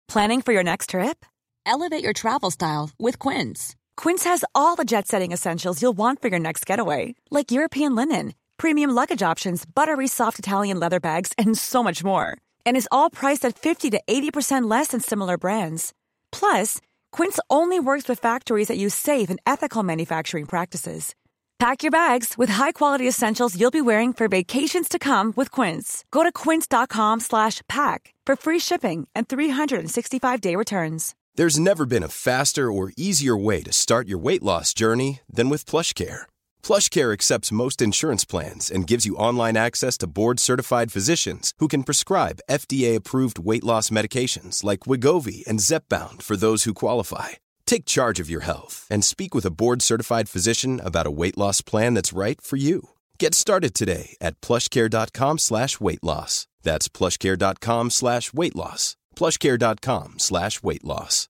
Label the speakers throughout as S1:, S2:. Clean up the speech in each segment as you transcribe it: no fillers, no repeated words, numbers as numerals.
S1: Planning for your next trip?
S2: Elevate your travel style with Quince.
S1: Quince has all the jet-setting essentials you'll want for your next getaway, like European linen, premium luggage options, buttery soft Italian leather bags, and so much more. And is all priced at 50 to 80% less than similar brands. Plus, Quince only works with factories that use safe and ethical manufacturing practices. Pack your bags with high-quality essentials you'll be wearing for vacations to come with Quince. Go to quince.com/pack for free shipping and 365-day returns.
S3: There's never been a faster or easier way to start your weight loss journey than with PlushCare. PlushCare accepts most insurance plans and gives you online access to board-certified physicians who can prescribe FDA-approved weight loss medications like Wegovy and Zepbound for those who qualify. Take charge of your health and speak with a board-certified physician about a weight loss plan that's right for you. Get started today at plushcare.com/weight loss. That's plushcare.com/weight loss. plushcare.com/weight loss.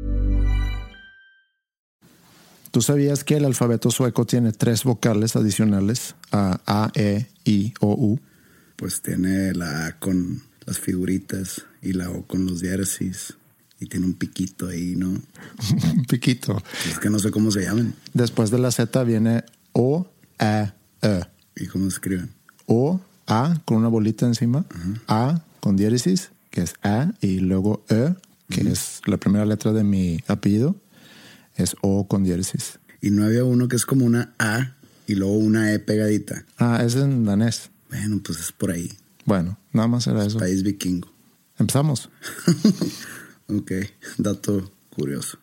S4: ¿Tú sabías que el alfabeto sueco tiene 3 vocales adicionales a, E, I, O, U?
S5: Pues tiene la A con las figuritas y la O con los diéresis. Y tiene un piquito ahí, ¿no?
S4: Un piquito.
S5: Es que no sé cómo se llaman.
S4: Después de la Z viene O, A, E.
S5: ¿Y cómo se escriben?
S4: O, A, con una bolita encima. A, con diéresis, que es A. Y luego E, que es la primera letra de mi apellido. Es O con diéresis.
S5: Y no había uno que es como una A y luego una E pegadita.
S4: Es en danés.
S5: Bueno, pues es por ahí.
S4: Bueno, nada más era eso.
S5: País vikingo.
S4: Empezamos.
S5: Ok, dato curioso.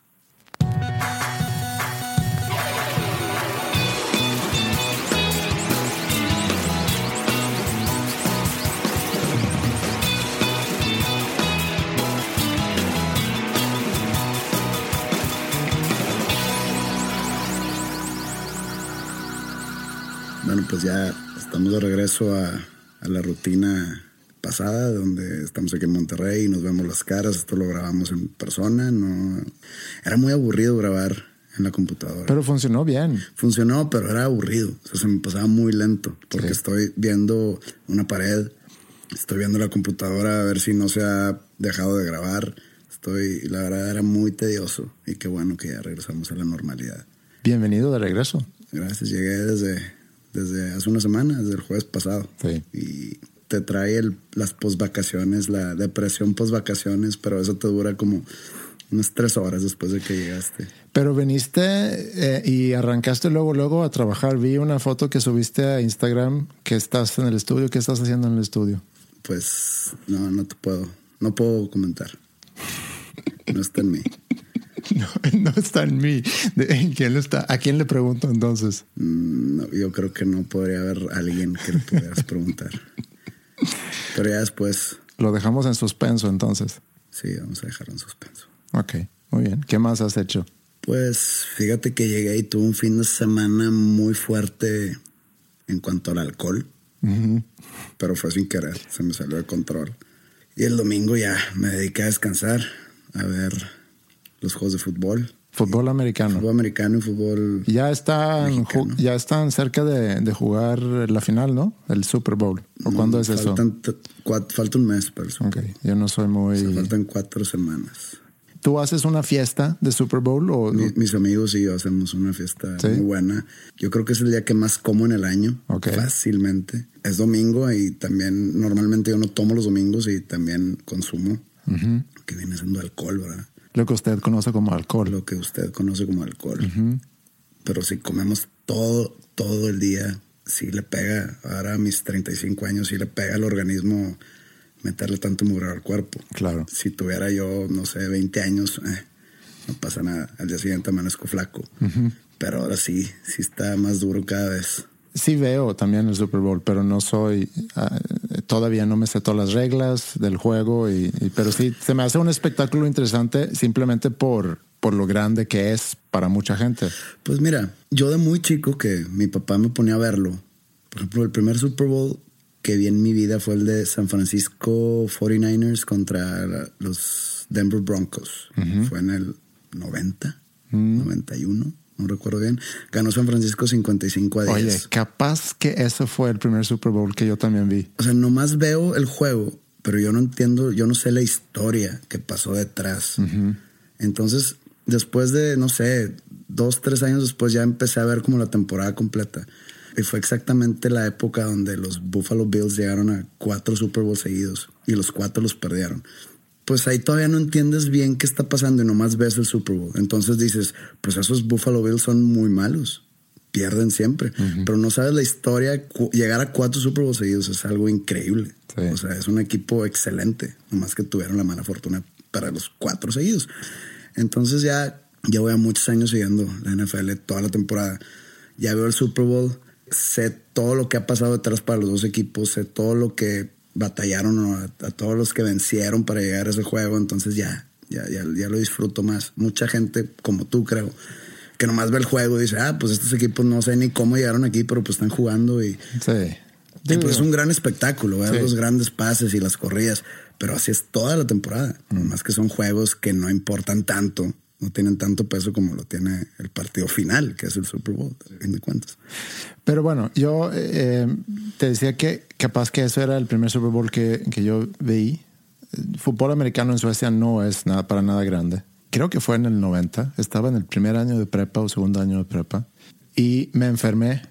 S5: Bueno, pues ya estamos de regreso a la rutina pasada, donde estamos aquí en Monterrey y nos vemos las caras. Esto lo grabamos en persona. No, era muy aburrido grabar en la computadora.
S4: Pero funcionó bien.
S5: Funcionó, pero era aburrido. O sea, se me pasaba muy lento porque estoy viendo una pared, estoy viendo la computadora a ver si no se ha dejado de grabar. La verdad era muy tedioso y qué bueno que ya regresamos a la normalidad.
S4: Bienvenido de regreso.
S5: Gracias, llegué desde hace una semana, desde el jueves pasado.
S4: Sí.
S5: Y te trae las posvacaciones, la depresión posvacaciones, pero eso te dura como unas 3 horas después de que llegaste.
S4: Pero viniste y arrancaste luego a trabajar. Vi una foto que subiste a Instagram que estás en el estudio. ¿Qué estás haciendo en el estudio?
S5: Pues no puedo comentar. No está en mí.
S4: No está en mí. ¿En quién está? ¿A quién le pregunto entonces?
S5: No, yo creo que no podría haber alguien que le pudieras preguntar. Pero ya después...
S4: Lo dejamos en suspenso entonces.
S5: Sí, vamos a dejarlo en suspenso.
S4: Ok, muy bien. ¿Qué más has hecho?
S5: Pues fíjate que llegué y tuve un fin de semana muy fuerte en cuanto al alcohol. Pero fue sin querer, se me salió de control. Y el domingo ya me dediqué a descansar, a ver los juegos de fútbol.
S4: Fútbol americano.
S5: Fútbol americano y fútbol
S4: ya están cerca de jugar la final, ¿no? El Super Bowl. ¿O cuándo es eso?
S5: Falta un mes para el Super Bowl.
S4: Okay. Yo no soy muy...
S5: faltan 4 semanas.
S4: ¿Tú haces una fiesta de Super Bowl? ¿O?
S5: Mis amigos y yo hacemos una fiesta muy buena. Yo creo que es el día que más como en el año. Fácilmente. Es domingo y también normalmente yo no tomo los domingos y también consumo. Que viene siendo alcohol, ¿verdad?
S4: Lo que usted conoce como alcohol.
S5: Lo que usted conoce como alcohol. Pero si comemos todo el día, sí le pega. Ahora a mis 35 años sí le pega al organismo meterle tanto mugre al cuerpo.
S4: Claro.
S5: Si tuviera yo, no sé, 20 años, no pasa nada. Al día siguiente amanezco flaco. Pero ahora sí está más duro cada vez.
S4: Sí veo también el Super Bowl, pero no soy... todavía no me sé todas las reglas del juego, pero sí, se me hace un espectáculo interesante simplemente por lo grande que es para mucha gente.
S5: Pues mira, yo de muy chico que mi papá me ponía a verlo. Por ejemplo, el primer Super Bowl que vi en mi vida fue el de San Francisco 49ers contra los Denver Broncos. Fue en el 90, 91. No recuerdo bien. Ganó San Francisco 55-10.
S4: Oye, capaz que ese fue el primer Super Bowl que yo también vi.
S5: O sea, nomás veo el juego, pero yo no entiendo, yo no sé la historia que pasó detrás. Entonces, después de, no sé, 2-3 años después ya empecé a ver como la temporada completa. Y fue exactamente la época donde los Buffalo Bills llegaron a 4 Super Bowls seguidos y los 4 los perdieron. Pues ahí todavía no entiendes bien qué está pasando y nomás ves el Super Bowl. Entonces dices, pues esos Buffalo Bills son muy malos. Pierden siempre. Pero no sabes la historia. Llegar a 4 Super Bowls seguidos es algo increíble. Sí. O sea, es un equipo excelente. Nomás que tuvieron la mala fortuna para los 4 seguidos. Entonces ya voy a muchos años siguiendo la NFL toda la temporada. Ya veo el Super Bowl. Sé todo lo que ha pasado detrás para los dos equipos. Sé todo lo que batallaron a todos los que vencieron para llegar a ese juego. Entonces ya lo disfruto más. Mucha gente, como tú creo, que nomás ve el juego y dice, pues estos equipos no sé ni cómo llegaron aquí, pero pues están jugando y pues es un gran espectáculo, ver los grandes pases y las corridas, pero así es toda la temporada. Más que son juegos que no importan tanto, no tienen tanto peso como lo tiene el partido final, que es el Super Bowl, a fin de cuentas.
S4: Pero bueno, yo te decía que capaz que eso era el primer Super Bowl que yo veí. El fútbol americano en Suecia no es para nada grande. Creo que fue en el 90. Estaba en el primer año de prepa o segundo año de prepa. Y me enfermé.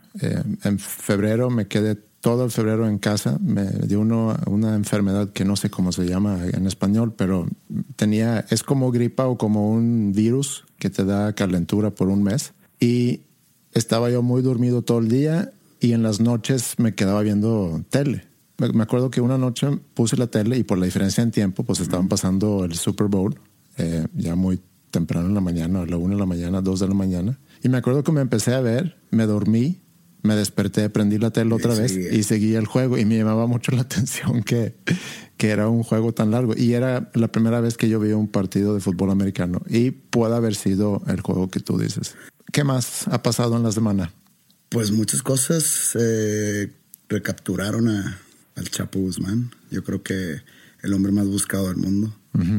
S4: En febrero me quedé todo el febrero en casa. Me dio una enfermedad que no sé cómo se llama en español, pero es como gripa o como un virus que te da calentura por un mes. Y estaba yo muy dormido todo el día y en las noches me quedaba viendo tele. Me acuerdo que una noche puse la tele y por la diferencia en tiempo, pues estaban pasando el Super Bowl. Ya muy temprano en la mañana, a la 1 de la mañana, 2 de la mañana. Y me acuerdo que me empecé a ver, me dormí, me desperté, prendí la tele otra vez y seguí el juego. Y me llamaba mucho la atención que era un juego tan largo. Y era la primera vez que yo vi un partido de fútbol americano. Y puede haber sido el juego que tú dices. ¿Qué más ha pasado en la semana?
S5: Pues muchas cosas. Recapturaron al Chapo Guzmán. Yo creo que el hombre más buscado del mundo.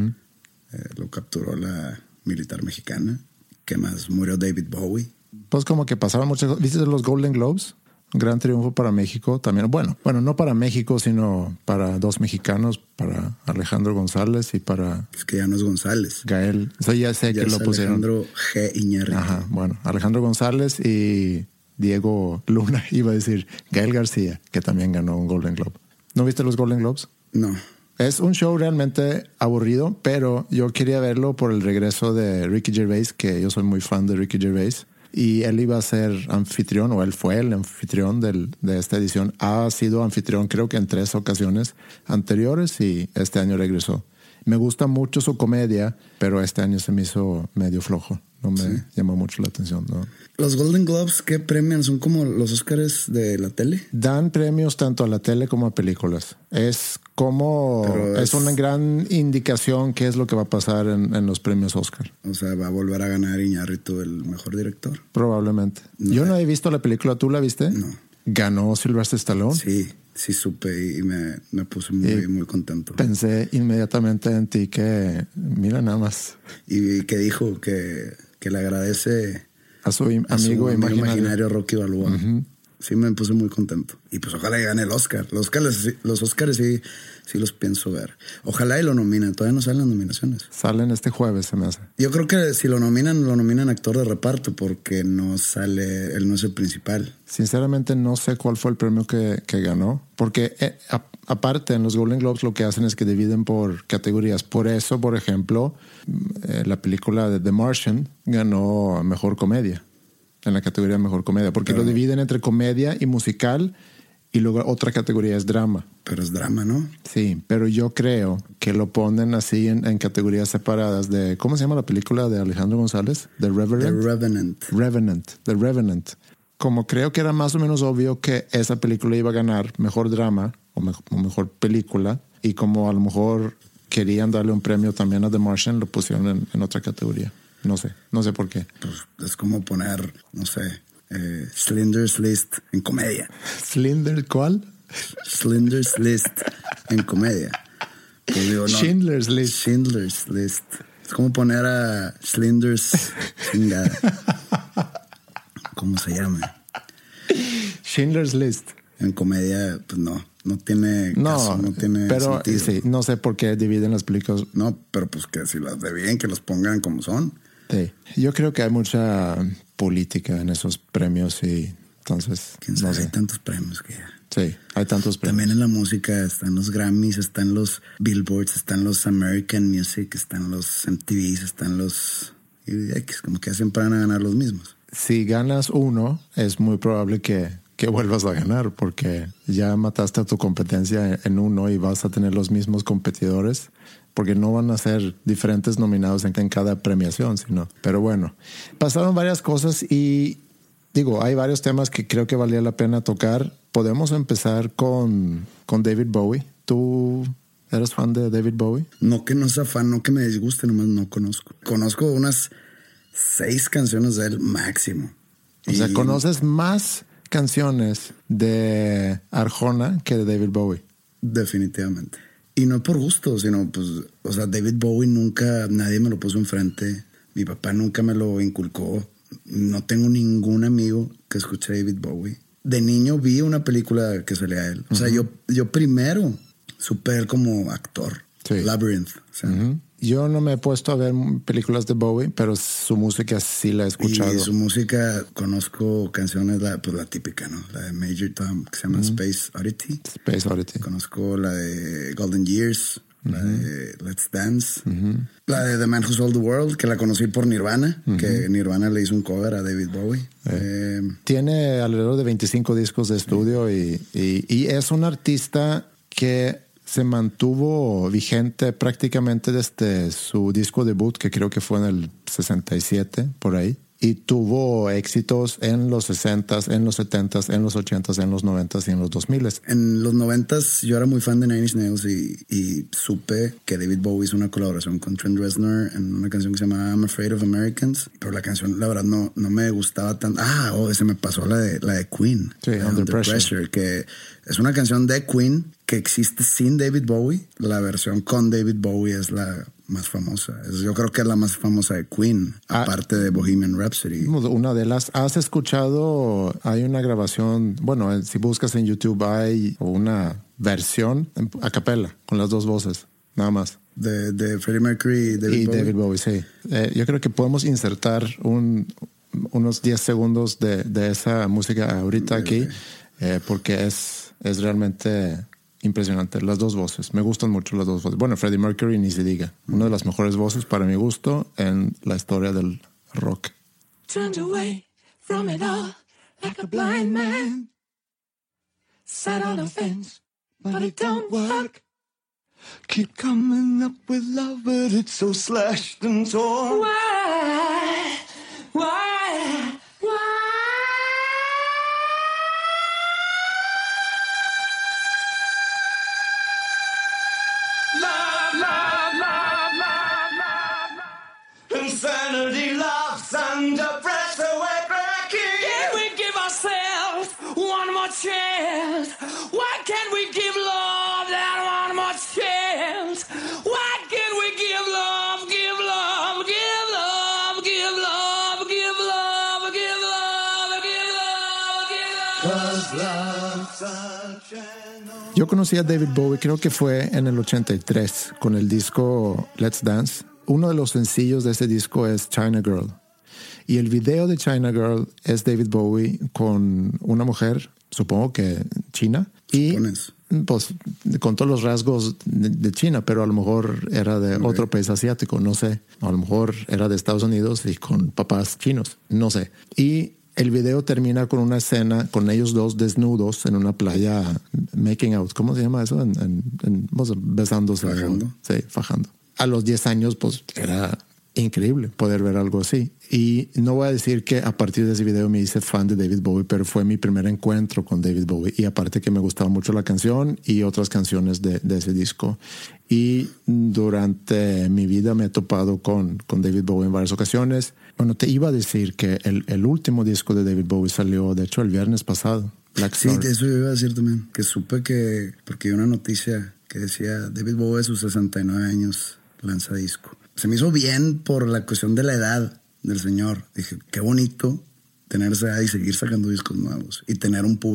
S5: Lo capturó la militar mexicana. ¿Qué más? Murió David Bowie.
S4: Pues como que pasaron muchas cosas. ¿Viste los Golden Globes? Un gran triunfo para México también. Bueno, no para México, sino para 2 mexicanos, para Alejandro González y para...
S5: Es que ya no es González.
S4: Gael. Eso ya sé ya que lo pusieron.
S5: Alejandro G. Iñárritu.
S4: Ajá, bueno. Alejandro González y Diego Luna, iba a decir Gael García, que también ganó un Golden Globe. ¿No viste los Golden Globes?
S5: No.
S4: Es un show realmente aburrido, pero yo quería verlo por el regreso de Ricky Gervais, que yo soy muy fan de Ricky Gervais. Y él iba a ser anfitrión, o él fue el anfitrión de esta edición. Ha sido anfitrión creo que en 3 ocasiones anteriores y este año regresó. Me gusta mucho su comedia, pero este año se me hizo medio flojo. No me llamó mucho la atención, ¿no?
S5: ¿Los Golden Globes qué premian? ¿Son como los Oscars de la tele?
S4: Dan premios tanto a la tele como a películas. Es una gran indicación qué es lo que va a pasar en los premios Oscar.
S5: O sea, ¿va a volver a ganar Iñárritu el mejor director?
S4: Probablemente. No. Yo no he visto la película. ¿Tú la viste?
S5: No.
S4: ¿Ganó Sylvester Stallone?
S5: Sí supe y me puse muy contento.
S4: Pensé inmediatamente en ti que, mira nada más.
S5: Y que dijo que le agradece
S4: a su amigo imaginario
S5: Rocky Balboa. Sí, me puse muy contento. Y pues ojalá gane el Oscar. Los Oscars sí los pienso ver. Ojalá y lo nominen. Todavía no salen las nominaciones.
S4: Salen este jueves, se me hace.
S5: Yo creo que si lo nominan actor de reparto porque él no es el principal.
S4: Sinceramente no sé cuál fue el premio que ganó. Porque aparte en los Golden Globes lo que hacen es que dividen por categorías. Por eso, por ejemplo, la película de The Martian ganó Mejor Comedia. En la categoría de Mejor Comedia. Porque lo dividen entre comedia y musical. Y luego otra categoría es drama.
S5: Pero es drama, ¿no?
S4: Sí, pero yo creo que lo ponen así en categorías separadas de... ¿Cómo se llama la película de Alejandro González? The Revenant. The Revenant. Como creo que era más o menos obvio que esa película iba a ganar Mejor Drama o Mejor Película. Y como a lo mejor querían darle un premio también a The Martian, lo pusieron en otra categoría. No sé por qué.
S5: Pues es como poner, no sé, Schindler's List en comedia.
S4: ¿Schindler cuál?
S5: Schindler's List en comedia. Pues digo, no,
S4: Schindler's List.
S5: Es como poner a Schindler's chingada. ¿Cómo se llama?
S4: Schindler's List.
S5: En comedia, pues no no tiene caso, no tiene
S4: pero
S5: sentido.
S4: Sí, no sé por qué dividen las películas.
S5: No, pero pues que si las dividen, que los pongan como son.
S4: Sí, yo creo que hay mucha política en esos premios y entonces...
S5: ¿Quién sabe?
S4: No sé.
S5: Hay tantos premios que ya...
S4: Sí, hay tantos premios.
S5: También en la música están los Grammys, están los Billboards, están los American Music, están los MTVs, están los... X, como que siempre van a ganar los mismos.
S4: Si ganas uno, es muy probable que vuelvas a ganar porque ya mataste a tu competencia en uno y vas a tener los mismos competidores porque no van a ser diferentes nominados en cada premiación, sino. Pero bueno, pasaron varias cosas y digo, hay varios temas que creo que valía la pena tocar. Podemos empezar con David Bowie. ¿Tú eres fan de David Bowie?
S5: No que no sea fan, no que me disguste, nomás no conozco. Conozco unas 6 canciones de él máximo.
S4: O sea, ¿conoces más canciones de Arjona que de David Bowie?
S5: Definitivamente. Y no por gusto, sino pues, o sea, David Bowie nunca, nadie me lo puso enfrente. Mi papá nunca me lo inculcó. No tengo ningún amigo que escuche a David Bowie. De niño vi una película que salía a él. O sea, yo primero supe él como actor. Sí. Labyrinth. O sea,
S4: yo no me he puesto a ver películas de Bowie, pero su música sí la he escuchado.
S5: Y su música, conozco canciones, pues la típica, ¿no? La de Major Tom, que se llama Space Oddity.
S4: Space Oddity.
S5: Conozco la de Golden Years, la de Let's Dance, la de The Man Who Sold the World, que la conocí por Nirvana, que Nirvana le hizo un cover a David Bowie.
S4: Tiene alrededor de 25 discos de estudio y es un artista que se mantuvo vigente prácticamente desde su disco debut, que creo que fue en el 67, por ahí. Y tuvo éxitos en los 60s, en los 70s, en los 80s, en los 90s y en los 2000s.
S5: En los 90s yo era muy fan de Nine Inch Nails y supe que David Bowie hizo una colaboración con Trent Reznor en una canción que se llama I'm Afraid of Americans. Pero la canción, la verdad, no me gustaba tanto. Se me pasó la de Queen.
S4: Sí, Under Pressure.
S5: Que es una canción de Queen que existe sin David Bowie. La versión con David Bowie es la más famosa. Yo creo que es la más famosa de Queen, aparte de Bohemian Rhapsody.
S4: Una de las... ¿Has escuchado? Hay una grabación, bueno, si buscas en YouTube hay una versión a capela, con las dos voces, nada más.
S5: De Freddie Mercury y
S4: David Bowie, sí. Yo creo que podemos insertar unos 10 segundos de esa música ahorita aquí, porque es realmente... impresionante, las dos voces. Me gustan mucho las dos voces. Bueno, Freddie Mercury ni se diga. Una de las mejores voces para mi gusto en la historia del rock.
S6: Turned away from it all like a blind man. Sat on a fence, but it don't work. Keep coming up with love, but it's so slashed and torn. Why? Insanity loves under pressure, we're cracking. Can we give ourselves one more chance? Why can't we give love that one more chance? Why can't we give love, give love, give love, give love, give love, give love, give love, give love? 'Cause love's such an...
S4: Yo conocí a David Bowie, creo que fue en el 83, con el disco Let's Dance. Uno de los sencillos de ese disco es China Girl. Y el video de China Girl es David Bowie con una mujer, supongo que china. Y pues con todos los rasgos de China, pero a lo mejor era de otro país asiático, no sé. A lo mejor era de Estados Unidos y con papás chinos, no sé. Y el video termina con una escena con ellos dos desnudos en una playa, making out. ¿Cómo se llama eso? Besándose.
S5: Fajando.
S4: Sí, fajando. A los 10 años, pues era increíble poder ver algo así. Y no voy a decir que a partir de ese video me hice fan de David Bowie, pero fue mi primer encuentro con David Bowie. Y aparte que me gustaba mucho la canción y otras canciones de ese disco. Y durante mi vida me he topado con David Bowie en varias ocasiones. Bueno, te iba a decir que el último disco de David Bowie salió, de hecho, el viernes pasado.
S5: Sí, eso yo iba a decir también. Que supe que, porque hay una noticia que decía David Bowie a sus 69 años lanza disco. Se me hizo bien por la cuestión de la edad del señor. Dije, qué bonito tener esa edad y seguir sacando discos nuevos y tener un público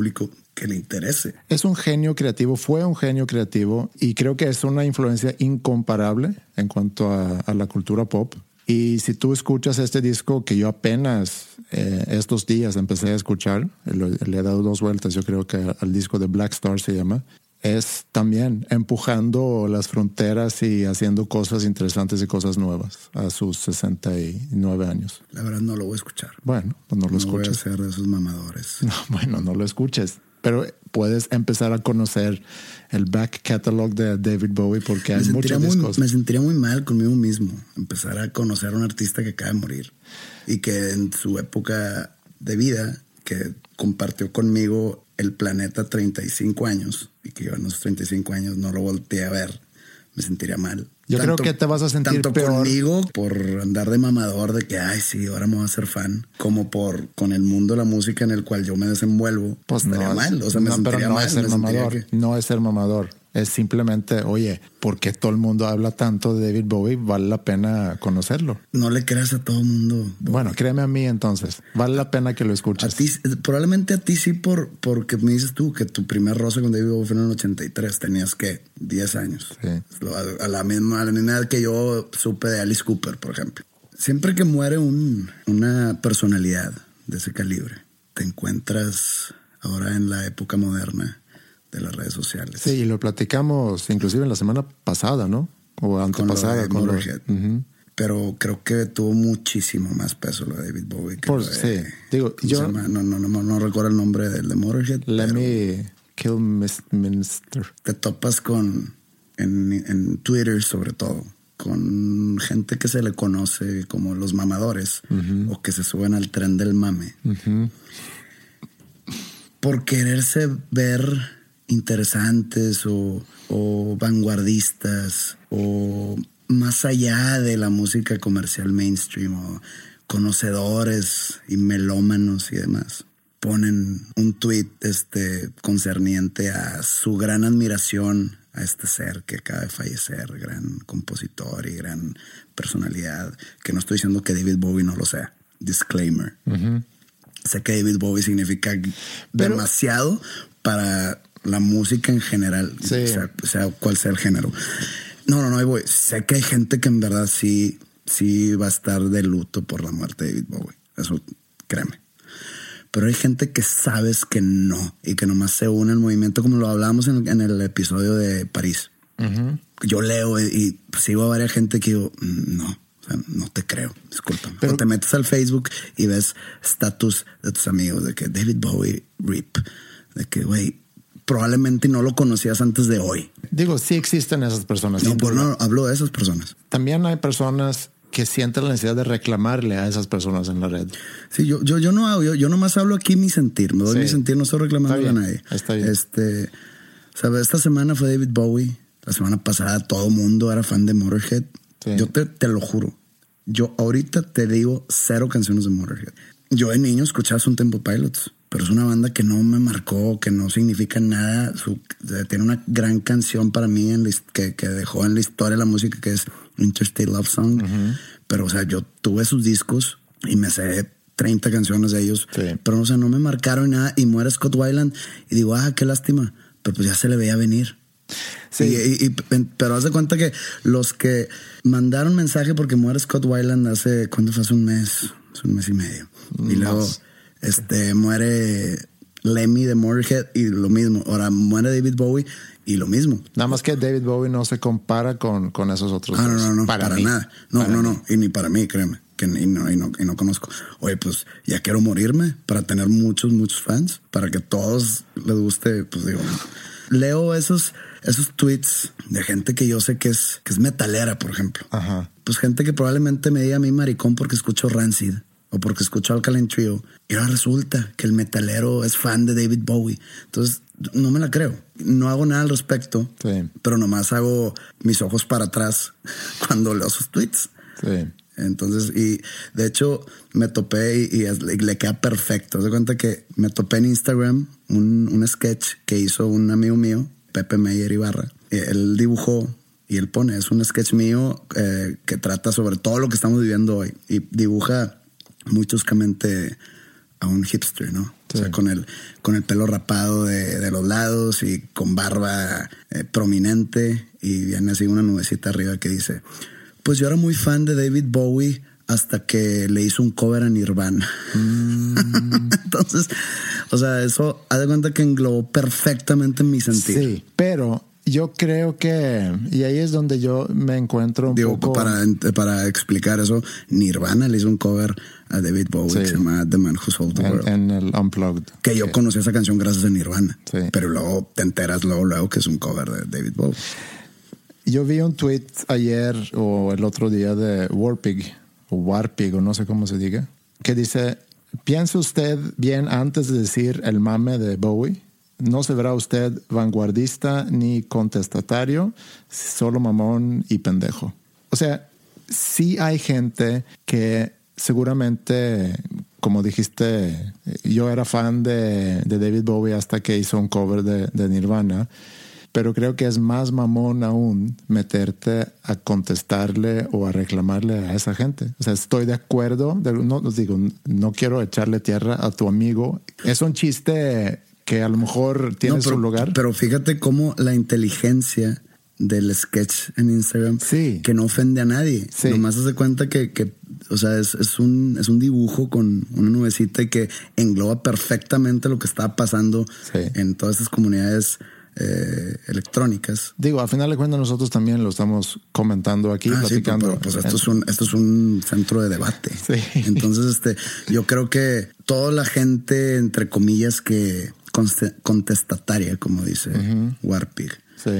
S5: que le interese.
S4: Es un genio creativo, fue un genio creativo y creo que es una influencia incomparable en cuanto a la cultura pop. Y si tú escuchas este disco que yo apenas estos días empecé a escuchar, le he dado 2 vueltas, yo creo que al disco de Black Star se llama, es también empujando las fronteras y haciendo cosas interesantes y cosas nuevas a sus 69 años.
S5: La verdad no lo voy a escuchar.
S4: Bueno, pues no lo escuches.
S5: No voy a ser de esos mamadores.
S4: No, bueno, no lo escuches. Pero puedes empezar a conocer el back catalog de David Bowie porque hay muchos discos.
S5: Me sentiría muy mal conmigo mismo empezar a conocer a un artista que acaba de morir y que en su época de vida, que compartió conmigo el planeta 35 años y que yo en esos 35 años no lo volteé a ver, me sentiría mal.
S4: Yo creo que te vas a sentir
S5: tanto
S4: peor
S5: conmigo por andar de mamador de que, ay, sí, ahora me voy a hacer fan, como con el mundo de la música en el cual yo me desenvuelvo.
S4: Pues
S5: estaría
S4: no,
S5: mal. O sea, me sentiría
S4: pero no
S5: mal.
S4: Es ser mamador. No es ser mamador. Es simplemente, oye, ¿por qué todo el mundo habla tanto de David Bowie? Vale la pena conocerlo.
S5: No le creas a todo el mundo, Bowie.
S4: Bueno, créeme a mí entonces. Vale la pena que lo escuches.
S5: A ti, probablemente a ti sí, porque me dices tú que tu primer roce con David Bowie fue en el 83. Tenías, ¿qué? 10 años.
S4: Sí.
S5: A la misma edad que yo supe de Alice Cooper, por ejemplo. Siempre que muere una personalidad de ese calibre, te encuentras ahora en la época moderna de las redes sociales.
S4: Sí, y lo platicamos inclusive en la semana pasada, ¿no? O antepasada.
S5: Con Motorhead. Pero creo que tuvo muchísimo más peso lo de David Bowie. Que
S4: sí. Digo, yo...
S5: No recuerdo el nombre del de Motorhead.
S4: Lemmy Kilmister.
S5: Te topas en Twitter sobre todo, con gente que se le conoce como los mamadores o que se suben al tren del mame. Por quererse ver interesantes o vanguardistas o más allá de la música comercial mainstream o conocedores y melómanos y demás. Ponen un tweet concerniente a su gran admiración a este ser que acaba de fallecer, gran compositor y gran personalidad, que no estoy diciendo que David Bowie no lo sea. Disclaimer. Sé que David Bowie significa demasiado para la música en general,
S4: sí.
S5: sea cual sea el género. No, ahí voy. Sé que hay gente que en verdad sí va a estar de luto por la muerte de David Bowie. Eso, créeme. Pero hay gente que sabes que no y que nomás se une al movimiento, como lo hablábamos en el episodio de París. Yo leo y sigo a varias gente que digo, no. O sea, no te creo, discúlpame. Pero te metes al Facebook y ves estatus de tus amigos de que David Bowie RIP, de que, güey, probablemente no lo conocías antes de hoy.
S4: Digo, sí existen esas personas.
S5: No, pues no, hablo de esas personas.
S4: También hay personas que sienten la necesidad de reclamarle a esas personas en la red.
S5: Sí, yo no hago, yo nomás hablo aquí mi sentir, me doy mi sentir, no estoy reclamando a nadie.
S4: Está bien.
S5: ¿Sabes? Esta semana fue David Bowie, la semana pasada todo mundo era fan de Motorhead. Sí. Yo te lo juro. Yo ahorita te digo 0 canciones de Motorhead. Yo de niño escuchaba Stone Temple Pilots, pero es una banda que no me marcó, que no significa nada. Tiene una gran canción para mí que dejó en la historia de la música, que es Interstate Love Song. Pero, o sea, yo tuve sus discos y me sé 30 canciones de ellos. Sí. Pero, o sea, no me marcaron nada. Y muere Scott Weiland y digo, qué lástima. Pero pues ya se le veía venir. Sí. Pero haz de cuenta que los que mandaron mensaje porque muere Scott Weiland ¿cuánto fue? Hace un mes y medio. Y luego muere Lemmy de Motorhead y lo mismo. Ahora muere David Bowie y lo mismo.
S4: Nada más que David Bowie no se compara con esos otros.
S5: No, para nada. No. Y ni para mí, créeme. Y no conozco. Oye, pues ya quiero morirme para tener muchos fans, para que a todos les guste. Pues digo, leo esos tweets de gente que yo sé que es metalera, por ejemplo. Pues gente que probablemente me diga a mí maricón porque escucho Rancid o porque escucho Alkaline Trio. Y ahora resulta que el metalero es fan de David Bowie. Entonces, no me la creo. No hago nada al respecto, pero nomás hago mis ojos para atrás cuando leo sus tweets. Sí. Entonces, y de hecho me topé y le queda perfecto. Haz de cuenta que me topé en Instagram un sketch que hizo un amigo mío, Pepe Meyer Ibarra. Él dibujó y él pone, es un sketch mío que trata sobre todo lo que estamos viviendo hoy y dibuja muy chuscamente a un hipster, ¿no?
S4: Sí.
S5: O sea, con el pelo rapado de los lados y con barba prominente, y viene así una nubecita arriba que dice, pues yo era muy fan de David Bowie hasta que le hizo un cover a Nirvana. Entonces, o sea, eso, haz de cuenta que englobó perfectamente mi sentir.
S4: Sí, pero yo creo que, y ahí es donde yo me encuentro un poco...
S5: Para explicar eso, Nirvana le hizo un cover a David Bowie, que se llama The Man Who Sold the World.
S4: En el Unplugged.
S5: Que yo conocí esa canción gracias a Nirvana.
S4: Sí.
S5: Pero luego te enteras luego que es un cover de David Bowie.
S4: Yo vi un tweet ayer o el otro día de Warpig, o no sé cómo se diga, que dice, piense usted bien antes de decir el mame de Bowie. No se verá usted vanguardista ni contestatario, solo mamón y pendejo. O sea, sí hay gente que seguramente, como dijiste, yo era fan de David Bowie hasta que hizo un cover de Nirvana, pero creo que es más mamón aún meterte a contestarle o a reclamarle a esa gente. O sea, estoy de acuerdo, no quiero echarle tierra a tu amigo. Es un chiste que a lo mejor tiene su lugar. Pero
S5: fíjate cómo la inteligencia del sketch en Instagram, que no ofende a nadie. Nomás se cuenta que o sea, es un dibujo con una nubecita y que engloba perfectamente lo que está pasando en todas estas comunidades electrónicas.
S4: Digo, al final de cuentas nosotros también lo estamos comentando aquí, platicando.
S5: Pero pues esto es un centro de debate. Entonces, yo creo que toda la gente, entre comillas, que contestataria, como dice Warpig,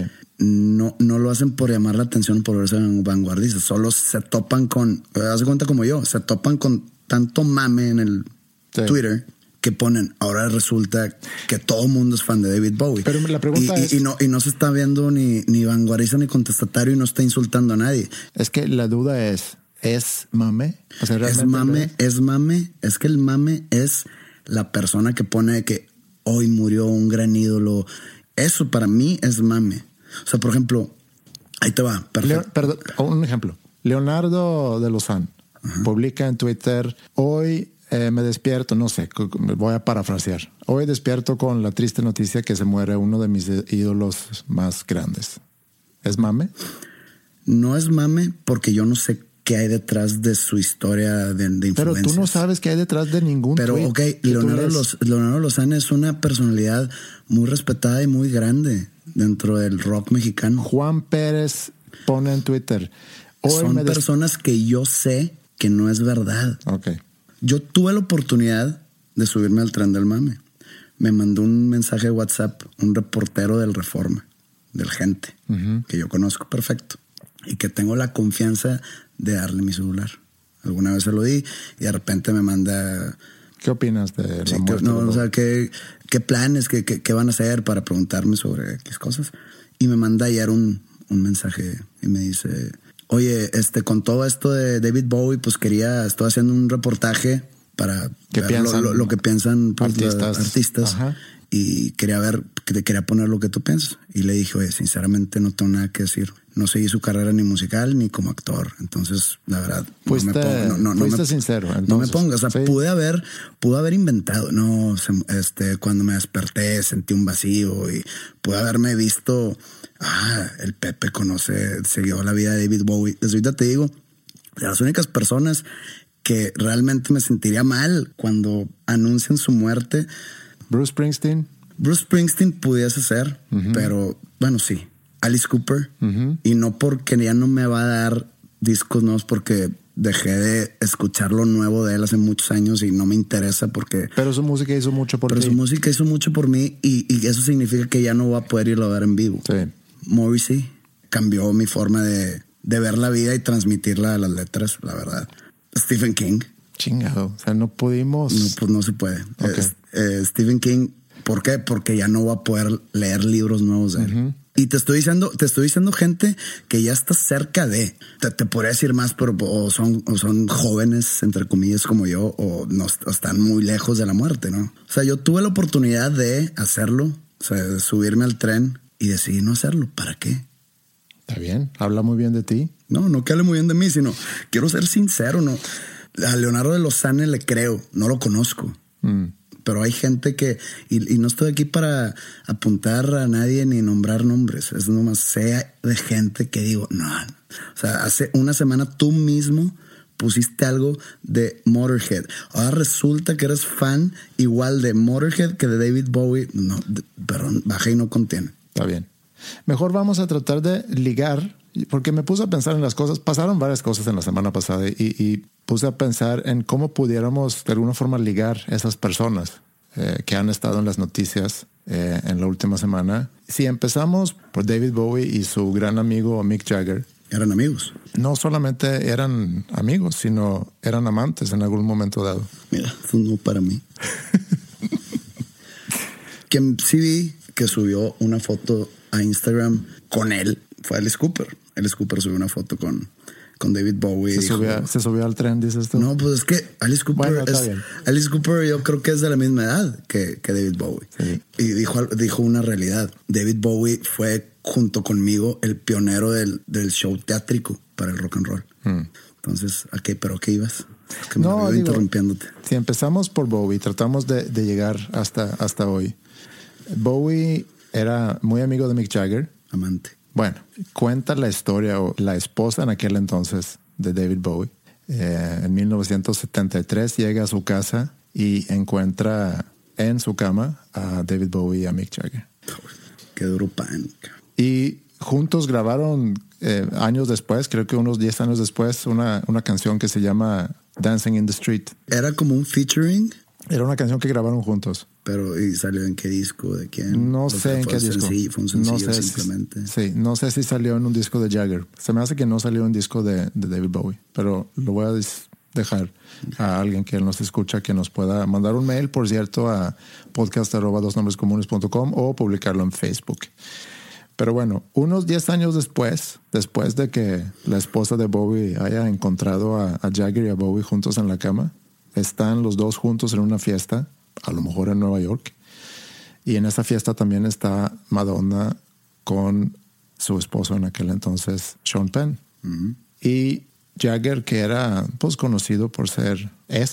S5: no lo hacen por llamar la atención, por verse vanguardistas. Solo se topan con, haz cuenta como yo, se topan con tanto mame en el Twitter que ponen, ahora resulta que todo el mundo es fan de David Bowie. Pero la pregunta es... Y no se está viendo ni vanguardista ni contestatario y no está insultando a nadie.
S4: Es que la duda es mame? O sea,
S5: es mame. Es que el mame es la persona que pone que hoy murió un gran ídolo. Eso para mí es mame. O sea, por ejemplo, ahí te va.
S4: Perdón, un ejemplo. Leonardo de Lozán publica en Twitter, hoy... me despierto, no sé, voy a parafrasear. Hoy despierto con la triste noticia que se muere uno de mis ídolos más grandes. ¿Es mame?
S5: No es mame porque yo no sé qué hay detrás de su historia de influencias.
S4: Pero tú no sabes qué hay detrás de ningún
S5: tweet. Pero, ok, Leonardo Lozán es una personalidad muy respetada y muy grande dentro del rock mexicano.
S4: Juan Pérez pone en Twitter.
S5: Son personas que yo sé que no es verdad.
S4: Ok.
S5: Yo tuve la oportunidad de subirme al tren del mame. Me mandó un mensaje de WhatsApp un reportero del Reforma, del Gente, que yo conozco perfecto y que tengo la confianza de darle mi celular. Alguna vez se lo di y de repente me manda...
S4: ¿Qué opinas de la muerte?
S5: O sea, ¿qué planes, qué van a hacer para preguntarme sobre qué cosas? Y me manda ayer un mensaje y me dice... Oye, con todo esto de David Bowie, pues estoy haciendo un reportaje para ver lo que piensan pues, artistas. Y quería poner lo que tú piensas. Y le dije, oye, sinceramente no tengo nada que decir. No seguí su carrera ni musical ni como actor. Entonces, la verdad,
S4: fuiste sincero. Entonces,
S5: no me pongas. O sea, pude haber inventado. No, cuando me desperté sentí un vacío y pude haberme visto. El Pepe siguió la vida de David Bowie. Desde ahorita te digo, de las únicas personas que realmente me sentiría mal cuando anuncian su muerte.
S4: Bruce
S5: Springsteen pudiese ser, pero bueno, sí. Alice Cooper. Y no porque ya no me va a dar discos nuevos, porque dejé de escuchar lo nuevo de él hace muchos años y no me interesa porque...
S4: Pero su música hizo mucho por
S5: mí y eso significa que ya no voy a poder irlo a ver en vivo.
S4: Sí.
S5: Morrissey cambió mi forma de ver la vida y transmitirla a las letras, la verdad. Stephen King.
S4: Chingado. O sea, no pudimos...
S5: No, pues no se puede. Stephen King, ¿por qué? Porque ya no voy a poder leer libros nuevos de él. Y te estoy diciendo gente que ya está cerca de... Te podría decir más, pero o son jóvenes, entre comillas, como yo, o están muy lejos de la muerte, ¿no? O sea, yo tuve la oportunidad de hacerlo, o sea, de subirme al tren y decidí no hacerlo. ¿Para qué?
S4: Está bien, habla muy bien de ti.
S5: No que hable muy bien de mí, sino quiero ser sincero, ¿no? A Leonardo de Lozán le creo, no lo conozco. Pero hay gente que, y no estoy aquí para apuntar a nadie ni nombrar nombres, es nomás sé de gente que digo, no. O sea, hace una semana tú mismo pusiste algo de Motorhead. Ahora resulta que eres fan igual de Motorhead que de David Bowie. No, perdón, baja y no contiene.
S4: Está bien. Mejor vamos a tratar de ligar, porque me puse a pensar en las cosas. Pasaron varias cosas en la semana pasada y puse a pensar en cómo pudiéramos de alguna forma ligar esas personas que han estado en las noticias en la última semana. Si empezamos por David Bowie y su gran amigo Mick Jagger.
S5: Eran amigos.
S4: No solamente eran amigos, sino eran amantes en algún momento dado.
S5: Mira, fue un no para mí. Quien sí vi que subió una foto a Instagram con él fue Alice Cooper. Alice Cooper subió una foto con David Bowie.
S4: Se subió al tren, dices tú.
S5: No, pues es que Alice Cooper Alice Cooper yo creo que es de la misma edad que David Bowie. Sí. Y dijo una realidad. David Bowie fue junto conmigo el pionero del show teátrico para el rock and roll. Entonces, ¿pero a qué ibas? Que me digo, interrumpiéndote.
S4: Si empezamos por Bowie, tratamos de llegar hasta hoy. Bowie era muy amigo de Mick Jagger.
S5: Amante.
S4: Bueno, cuenta la historia o la esposa en aquel entonces de David Bowie. En 1973 llega a su casa y encuentra en su cama a David Bowie y a Mick Jagger.
S5: Qué duro pan.
S4: Y juntos grabaron años después, creo que unos 10 años después, una canción que se llama Dancing in the Street.
S5: ¿Era como un featuring?
S4: Era una canción que grabaron juntos.
S5: Pero, ¿y salió en qué disco? ¿De quién?
S4: No sé en qué disco.
S5: Fue un sencillo simplemente.
S4: Sí, no sé si salió en un disco de Jagger. Se me hace que no salió en un disco de David Bowie. Pero lo voy a dejar a alguien que nos escucha que nos pueda mandar un mail, por cierto, a podcast@dosnombrescomunes.com o publicarlo en Facebook. Pero bueno, unos 10 años después de que la esposa de Bowie haya encontrado a Jagger y a Bowie juntos en la cama, están los dos juntos en una fiesta, a lo mejor en Nueva York. Y en esa fiesta también está Madonna con su esposo en aquel entonces, Sean Penn. Uh-huh. Y Jagger, que era es conocido por ser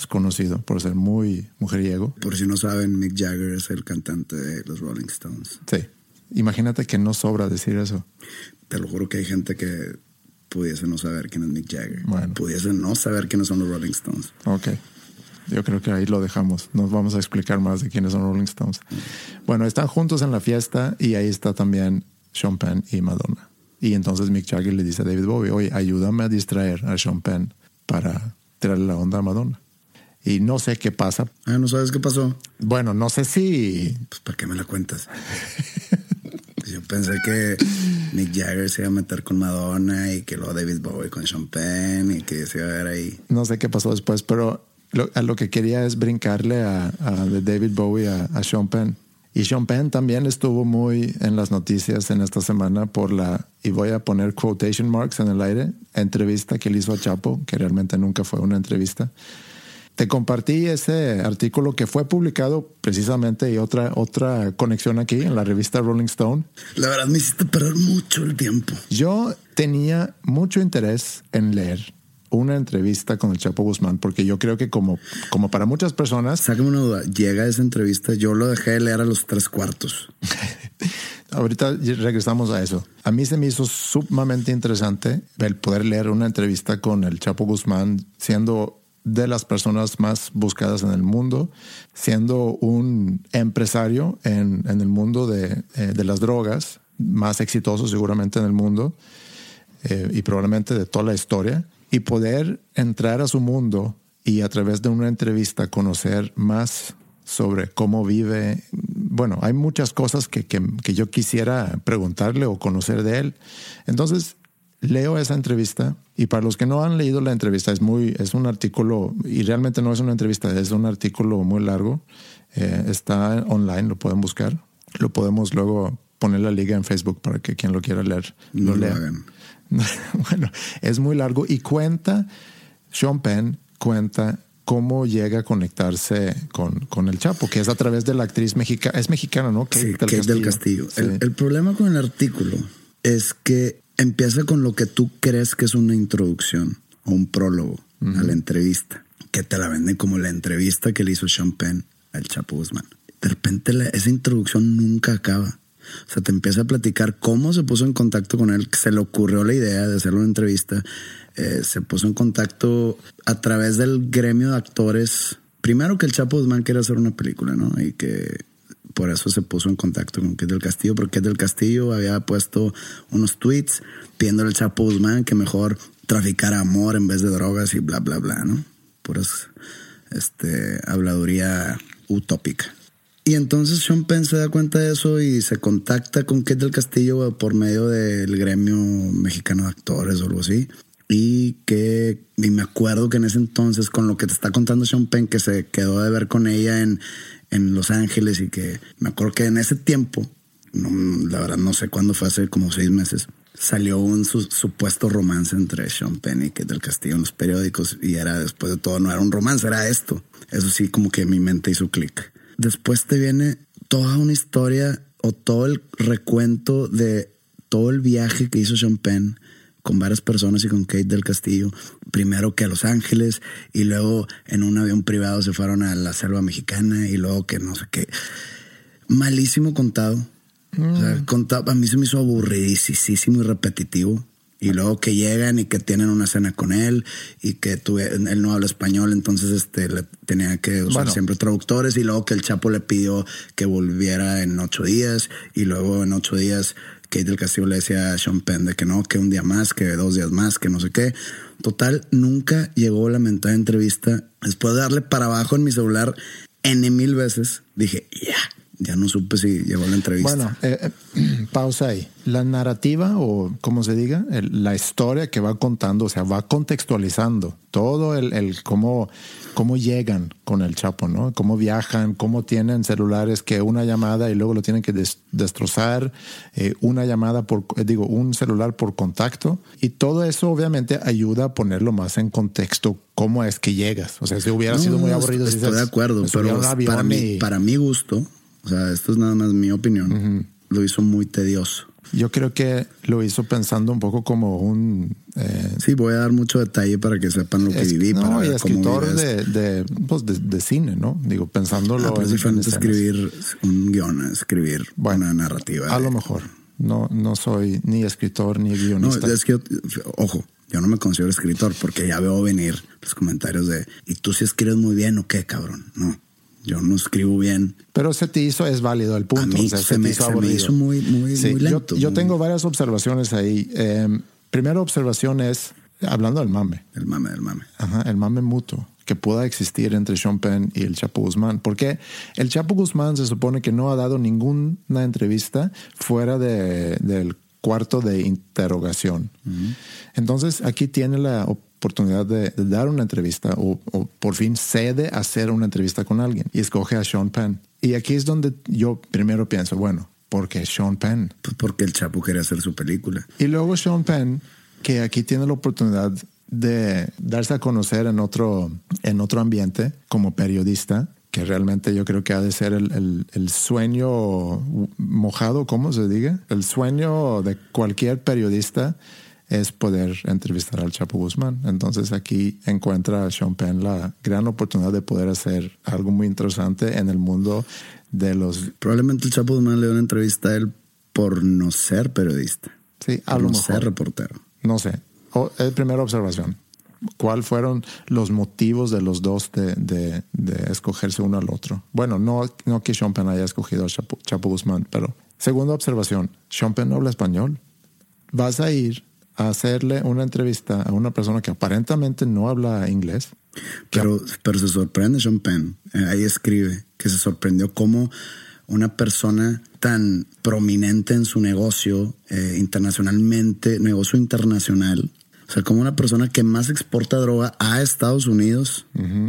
S4: muy mujeriego.
S5: Por si no saben, Mick Jagger es el cantante de los Rolling Stones.
S4: Sí. Imagínate que no sobra decir eso.
S5: Te lo juro que hay gente que pudiese no saber quién es Mick Jagger.
S4: Bueno.
S5: Pudiese no saber quiénes son los Rolling Stones.
S4: Ok. Yo creo que ahí lo dejamos. Nos vamos a explicar más de quiénes son Rolling Stones. Bueno, están juntos en la fiesta y ahí está también Sean Penn y Madonna. Y entonces Mick Jagger le dice a David Bowie, oye, ayúdame a distraer a Sean Penn para tirarle la onda a Madonna. Y no sé qué pasa.
S5: Ah, ¿no sabes qué pasó?
S4: Bueno, no sé si...
S5: Pues, ¿para qué me la cuentas? Yo pensé que Mick Jagger se iba a meter con Madonna y que luego David Bowie con Sean Penn y que se iba a ver ahí.
S4: No sé qué pasó después, pero a lo que quería es brincarle a David Bowie a Sean Penn. Y Sean Penn también estuvo muy en las noticias en esta semana por y voy a poner quotation marks en el aire, entrevista que le hizo a Chapo, que realmente nunca fue una entrevista. Te compartí ese artículo que fue publicado precisamente y otra conexión aquí en la revista Rolling Stone.
S5: La verdad me hiciste perder mucho el tiempo.
S4: Yo tenía mucho interés en leer una entrevista con el Chapo Guzmán, porque yo creo que como para muchas personas...
S5: Sácame una duda, llega esa entrevista, yo lo dejé de leer a los 3/4.
S4: Ahorita regresamos a eso. A mí se me hizo sumamente interesante el poder leer una entrevista con el Chapo Guzmán, siendo de las personas más buscadas en el mundo, siendo un empresario en el mundo de las drogas, más exitoso seguramente en el mundo y probablemente de toda la historia. Y poder entrar a su mundo y a través de una entrevista conocer más sobre cómo vive. Bueno, hay muchas cosas que yo quisiera preguntarle o conocer de él. Entonces, leo esa entrevista y para los que no han leído la entrevista, es un artículo y realmente no es una entrevista, es un artículo muy largo. Está online, lo pueden buscar. Lo podemos luego poner la liga en Facebook para que quien lo quiera leer lo lea.
S5: Hagan.
S4: Bueno, es muy largo y Sean Penn cuenta cómo llega a conectarse con el Chapo, que es a través de la actriz mexicana, es mexicana, ¿no?
S5: Kate del Castillo.
S4: Sí.
S5: El problema con el artículo es que empieza con lo que tú crees que es una introducción o un prólogo a la entrevista, que te la venden como la entrevista que le hizo Sean Penn al Chapo Guzmán. De repente esa introducción nunca acaba. O sea, te empieza a platicar cómo se puso en contacto con él, que se le ocurrió la idea de hacerle una entrevista. Se puso en contacto a través del gremio de actores. Primero que el Chapo Guzmán quiere hacer una película, ¿no? Y que por eso se puso en contacto con Kate del Castillo, porque Kate del Castillo había puesto unos tweets pidiéndole al Chapo Guzmán que mejor traficara amor en vez de drogas y bla, bla, bla, ¿no? Puras habladuría utópica. Y entonces Sean Penn se da cuenta de eso y se contacta con Kate del Castillo por medio del gremio mexicano de actores o algo así. Y me acuerdo que en ese entonces, con lo que te está contando Sean Penn, que se quedó de ver con ella en Los Ángeles, y que me acuerdo que en ese tiempo, la verdad no sé cuándo fue, hace como 6 meses, salió un supuesto romance entre Sean Penn y Kate del Castillo en los periódicos, y era, después de todo, no era un romance, era esto. Eso sí, como que mi mente hizo clic. Después te viene toda una historia o todo el recuento de todo el viaje que hizo Sean Penn con varias personas y con Kate del Castillo. Primero que a Los Ángeles, y luego en un avión privado se fueron a la selva mexicana, y luego que no sé qué. Malísimo contado. O sea, a mí se me hizo aburridísimo y repetitivo. Y luego que llegan y que tienen una cena con él, y que él no habla español, entonces le tenía que usar siempre traductores, y luego que el Chapo le pidió que volviera en 8 días, y luego en 8 días Kate del Castillo le decía a Sean Penn de que no, que un día más, que 2 días más, que no sé qué. Total, nunca llegó la mentada entrevista. Después de darle para abajo en mi celular N,000 veces, dije, ya no supe si llegó la entrevista.
S4: Bueno, pausa ahí. La narrativa, o como se diga, la historia que va contando, o sea, va contextualizando todo el cómo llegan con el Chapo, ¿no? Cómo viajan, cómo tienen celulares que una llamada y luego lo tienen que destrozar, una llamada un celular por contacto, y todo eso obviamente ayuda a ponerlo más en contexto. ¿Cómo es que llegas? O sea, si hubiera sido muy aburrido.
S5: Estoy de acuerdo, pero para mi gusto, o sea, esto es nada más mi opinión, lo hizo muy tedioso.
S4: Yo creo que lo hizo pensando un poco como un...
S5: sí, voy a dar mucho detalle para que sepan lo que viví.
S4: No,
S5: para
S4: y
S5: ver
S4: escritor
S5: cómo
S4: de cine, ¿no? Digo, pensándolo...
S5: pero es diferente escribir un guión, escribir una narrativa.
S4: A lo mejor. No soy ni escritor ni guionista.
S5: No, es que ojo, yo no me considero escritor, porque ya veo venir los comentarios de ¿y tú sí escribes muy bien o qué, cabrón? No. Yo no escribo bien.
S4: Pero se te hizo, es válido el punto.
S5: A mí se me hizo muy lento.
S4: Yo tengo varias observaciones ahí. Primera observación es, hablando del mame.
S5: El mame.
S4: Ajá, el mame mutuo que pueda existir entre Sean Penn y el Chapo Guzmán. Porque el Chapo Guzmán se supone que no ha dado ninguna entrevista fuera del cuarto de interrogación. Entonces aquí tiene la oportunidad de dar una entrevista, o por fin cede a hacer una entrevista con alguien, y escoge a Sean Penn. Y aquí es donde yo primero pienso, bueno, ¿por qué Sean Penn?
S5: Pues porque el Chapo quería hacer su película.
S4: Y luego Sean Penn, que aquí tiene la oportunidad de darse a conocer en otro ambiente como periodista, que realmente yo creo que ha de ser el sueño mojado, ¿cómo se diga? El sueño de cualquier periodista es poder entrevistar al Chapo Guzmán. Entonces aquí encuentra a Sean Penn la gran oportunidad de poder hacer algo muy interesante en el mundo de los...
S5: Probablemente el Chapo Guzmán le dio una entrevista a él por no ser periodista.
S4: Sí, a lo mejor.
S5: Ser reportero.
S4: No sé. Primera observación. ¿Cuáles fueron los motivos de los dos de escogerse uno al otro? Bueno, no que Sean Penn haya escogido al Chapo Guzmán, pero segunda observación, Sean Penn no habla español. Vas a ir a hacerle una entrevista a una persona que aparentemente no habla inglés.
S5: Pero se sorprende Sean Penn. Ahí escribe que se sorprendió cómo una persona tan prominente en su negocio internacionalmente, negocio internacional, o sea, como una persona que más exporta droga a Estados Unidos,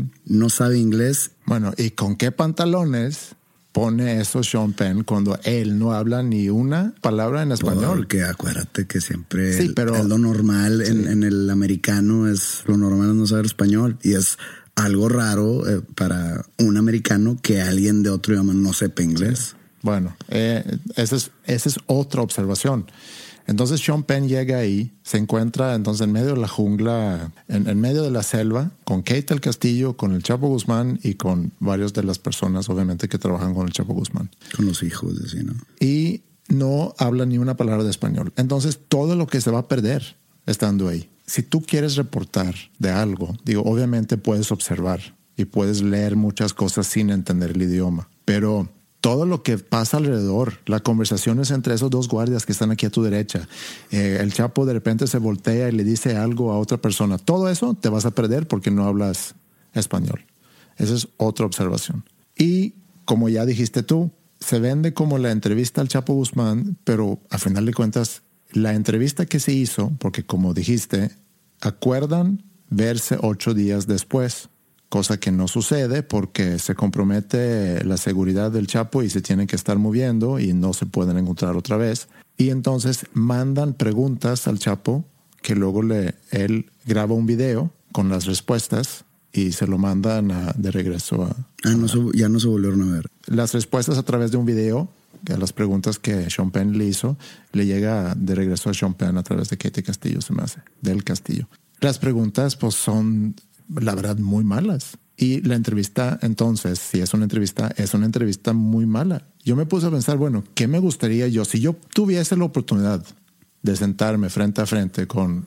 S5: no sabe inglés.
S4: Bueno, ¿y con qué pantalones pone eso Sean Penn cuando él no habla ni una palabra en español?
S5: Porque acuérdate que siempre es lo normal en el americano, lo normal es no saber español, y es algo raro para un americano que alguien de otro idioma no sepa inglés.
S4: Bueno, esa es otra observación. Entonces Sean Penn llega ahí, se encuentra entonces en medio de la jungla, en medio de la selva, con Kate del Castillo, con el Chapo Guzmán y con varias de las personas, obviamente, que trabajan con el Chapo Guzmán.
S5: Con los hijos, así, ¿no?
S4: Y no habla ni una palabra de español. Entonces todo lo que se va a perder estando ahí. Si tú quieres reportar de algo, digo, obviamente puedes observar y puedes leer muchas cosas sin entender el idioma, pero todo lo que pasa alrededor, las conversaciones entre esos dos guardias que están aquí a tu derecha, el Chapo de repente se voltea y le dice algo a otra persona, todo eso te vas a perder porque no hablas español. Esa es otra observación. Y como ya dijiste tú, se vende como la entrevista al Chapo Guzmán, pero a final de cuentas, la entrevista que se hizo, porque como dijiste, acuerdan verse 8 días después. Cosa que no sucede porque se compromete la seguridad del Chapo y se tienen que estar moviendo y no se pueden encontrar otra vez. Y entonces mandan preguntas al Chapo que luego él graba un video con las respuestas y se lo mandan de regreso a...
S5: ya no se volvieron a ver.
S4: Las respuestas a través de un video, a las preguntas que Sean Penn le hizo, le llega de regreso a Sean Penn a través de Kate Castillo, se me hace, del Castillo. Las preguntas pues son... la verdad, muy malas. Y la entrevista, entonces, si es una entrevista muy mala. Yo me puse a pensar, bueno, ¿qué me gustaría yo? Si yo tuviese la oportunidad de sentarme frente a frente con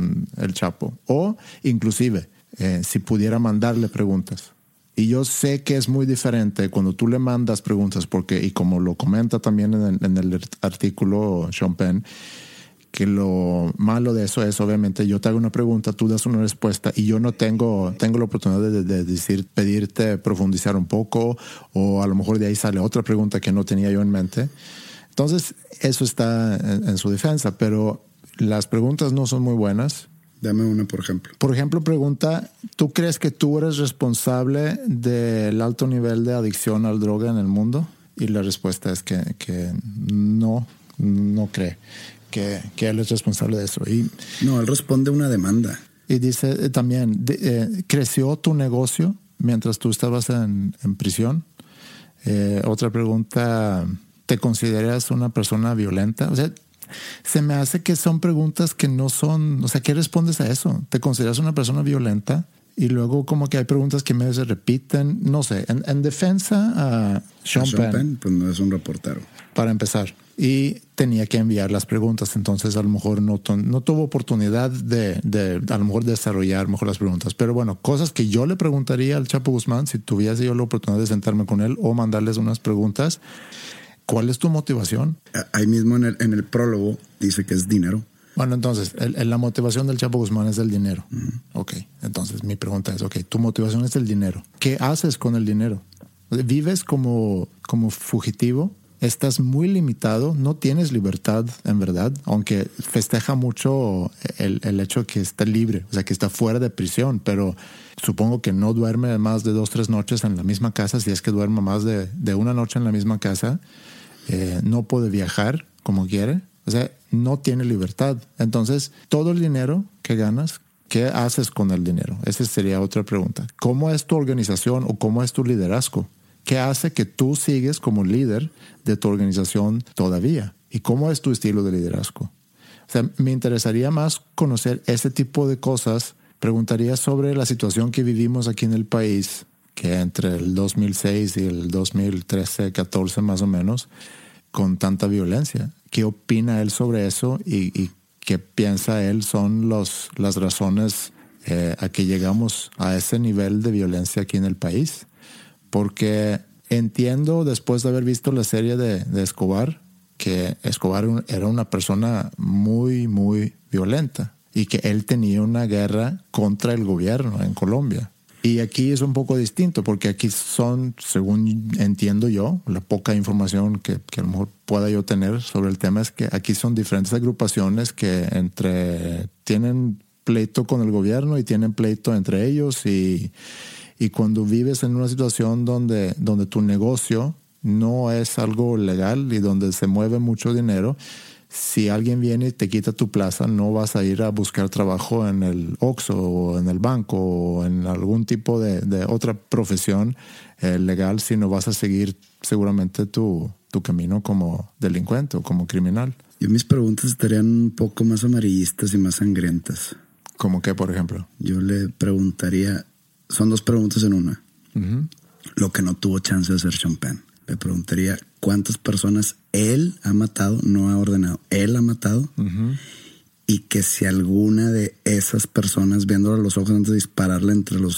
S4: el Chapo, o inclusive si pudiera mandarle preguntas. Y yo sé que es muy diferente cuando tú le mandas preguntas, porque, y como lo comenta también en el artículo Sean Penn, que lo malo de eso es, obviamente, yo te hago una pregunta, tú das una respuesta y yo no tengo la oportunidad de pedirte profundizar un poco, o a lo mejor de ahí sale otra pregunta que no tenía yo en mente. Entonces, eso está en su defensa, pero las preguntas no son muy buenas.
S5: Dame una, por ejemplo.
S4: Por ejemplo, pregunta, ¿tú crees que tú eres responsable del alto nivel de adicción al droga en el mundo? Y la respuesta es que no cree que él es responsable de eso.
S5: No, él responde una demanda.
S4: Y dice también, ¿creció tu negocio mientras tú estabas en prisión? Otra pregunta, ¿te consideras una persona violenta? O sea, se me hace que son preguntas que no son... O sea, ¿qué respondes a eso? ¿Te consideras una persona violenta? Y luego como que hay preguntas que medio se repiten. No sé, en defensa a Sean Penn,
S5: pues no es un reportero.
S4: Para empezar. Y tenía que enviar las preguntas. Entonces a lo mejor no tuvo oportunidad de a lo mejor desarrollar mejor las preguntas. Pero bueno, cosas que yo le preguntaría al Chapo Guzmán si tuviese yo la oportunidad de sentarme con él o mandarles unas preguntas. ¿Cuál es tu motivación?
S5: Ahí mismo en el prólogo dice que es dinero.
S4: Bueno, entonces, la motivación del Chapo Guzmán es el dinero. Ok, entonces mi pregunta es, tu motivación es el dinero. ¿Qué haces con el dinero? ¿Vives como fugitivo? Estás muy limitado, no tienes libertad en verdad, aunque festeja mucho el hecho que está libre, o sea, que está fuera de prisión, pero supongo que no duerme más de 2-3 noches en la misma casa. Si es que duerme más de una noche en la misma casa, no puede viajar como quiere, o sea, no tiene libertad. Entonces, todo el dinero que ganas, ¿qué haces con el dinero? Esa sería otra pregunta. ¿Cómo es tu organización o cómo es tu liderazgo? ¿Qué hace que tú sigues como líder de tu organización todavía? ¿Y cómo es tu estilo de liderazgo? O sea, me interesaría más conocer ese tipo de cosas. Preguntaría sobre la situación que vivimos aquí en el país, que entre el 2006 y el 2013-14 más o menos, con tanta violencia. ¿Qué opina él sobre eso y qué piensa él son las razones a que llegamos a ese nivel de violencia aquí en el país? Porque entiendo, después de haber visto la serie de Escobar, que Escobar era una persona muy, muy violenta y que él tenía una guerra contra el gobierno en Colombia. Y aquí es un poco distinto, porque aquí son, según entiendo yo, la poca información que a lo mejor pueda yo tener sobre el tema, es que aquí son diferentes agrupaciones que tienen pleito con el gobierno y tienen pleito entre ellos, y cuando vives en una situación donde tu negocio no es algo legal y donde se mueve mucho dinero, si alguien viene y te quita tu plaza, no vas a ir a buscar trabajo en el Oxxo o en el banco o en algún tipo de otra profesión legal, sino vas a seguir seguramente tu camino como delincuente o como criminal.
S5: Yo mis preguntas estarían un poco más amarillistas y más sangrientas.
S4: ¿Cómo qué, por ejemplo?
S5: Yo le preguntaría, son 2 preguntas en una. Lo que no tuvo chance de hacer Sean Penn. Le preguntaría cuántas personas él ha matado, no ha ordenado, él ha matado. Y que si alguna de esas personas, viéndolo a los ojos antes de dispararle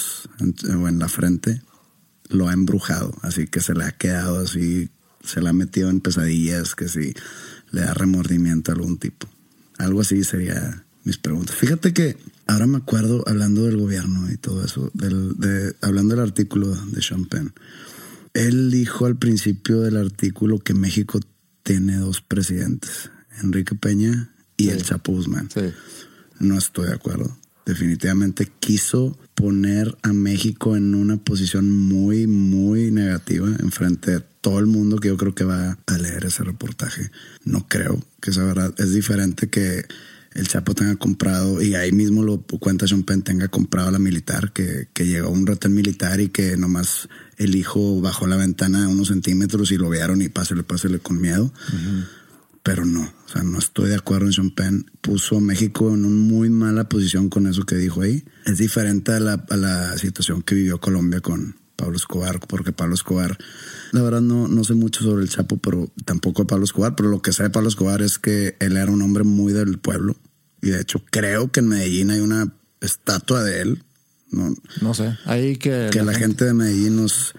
S5: o en la frente, lo ha embrujado. Así que se le ha quedado así, se le ha metido en pesadillas, que si le da remordimiento a algún tipo. Algo así sería mis preguntas. Fíjate que ahora me acuerdo, hablando del gobierno y todo eso, hablando del artículo de Sean Penn. Él dijo al principio del artículo que México tiene 2 presidentes, Enrique Peña y el Chapo Guzmán. Sí. No estoy de acuerdo. Definitivamente quiso poner a México en una posición muy, muy negativa enfrente de todo el mundo que yo creo que va a leer ese reportaje. No creo que sea verdad. Es diferente que el Chapo tenga comprado, y ahí mismo lo cuenta Sean Penn, tenga comprado la militar, que llegó un retén militar y que nomás el hijo bajó la ventana unos centímetros y lo vieron y pásele con miedo. Pero no, o sea, no estoy de acuerdo en Sean Penn. Puso a México en una muy mala posición con eso que dijo ahí. Es diferente a la situación que vivió Colombia con Pablo Escobar, porque Pablo Escobar, la verdad no sé mucho sobre el Chapo, pero tampoco de Pablo Escobar, pero lo que sé de Pablo Escobar es que él era un hombre muy del pueblo, y de hecho creo que en Medellín hay una estatua de él.
S4: No sé, ahí que
S5: la gente de Medellín nos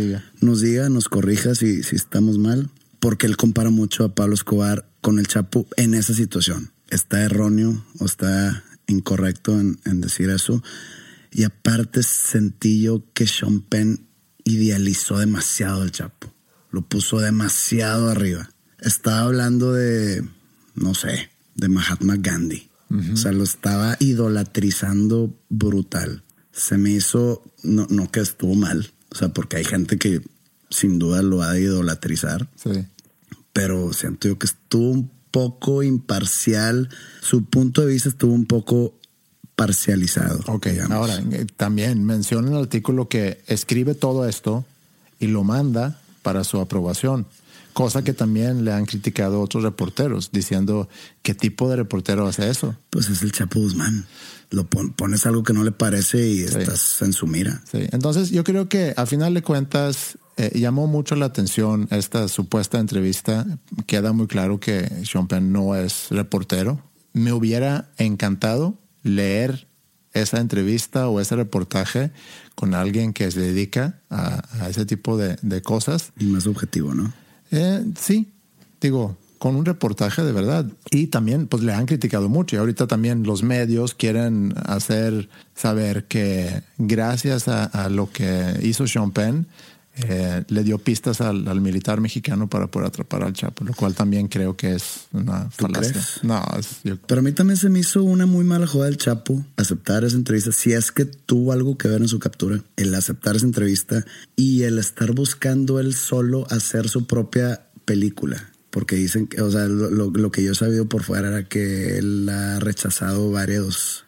S5: diga, nos corrija si estamos mal, porque él compara mucho a Pablo Escobar con el Chapo en esa situación. ¿Está erróneo o está incorrecto en decir eso? Y aparte sentí yo que Sean Penn idealizó demasiado al Chapo. Lo puso demasiado arriba. Estaba hablando de, no sé, de Mahatma Gandhi. O sea, lo estaba idolatrizando brutal. Se me hizo, no que estuvo mal. O sea, porque hay gente que sin duda lo ha de idolatrizar. Sí. Pero siento yo que estuvo un poco imparcial. Su punto de vista estuvo un poco parcializado.
S4: Ok, digamos. Ahora también menciona en el artículo que escribe todo esto y lo manda para su aprobación, cosa que también le han criticado otros reporteros, diciendo ¿qué tipo de reportero hace eso?
S5: Pues es el Chapo Guzmán. Lo pones algo que no le parece y estás en su mira.
S4: Sí. Entonces yo creo que al final de cuentas llamó mucho la atención esta supuesta entrevista. Queda muy claro que Sean Penn no es reportero. Me hubiera encantado leer esa entrevista o ese reportaje con alguien que se dedica a ese tipo de cosas.
S5: Y más objetivo, ¿no?
S4: Sí, digo, con un reportaje de verdad. Y también pues le han criticado mucho, y ahorita también los medios quieren hacer saber que gracias a lo que hizo Sean Penn, le dio pistas al militar mexicano para poder atrapar al Chapo, lo cual también creo que es una falacia. No,
S5: pero a mí también se me hizo una muy mala jugada del Chapo aceptar esa entrevista, si es que tuvo algo que ver en su captura, el aceptar esa entrevista y el estar buscando él solo hacer su propia película. Porque dicen que, o sea, lo que yo he sabido por fuera era que él ha rechazado varios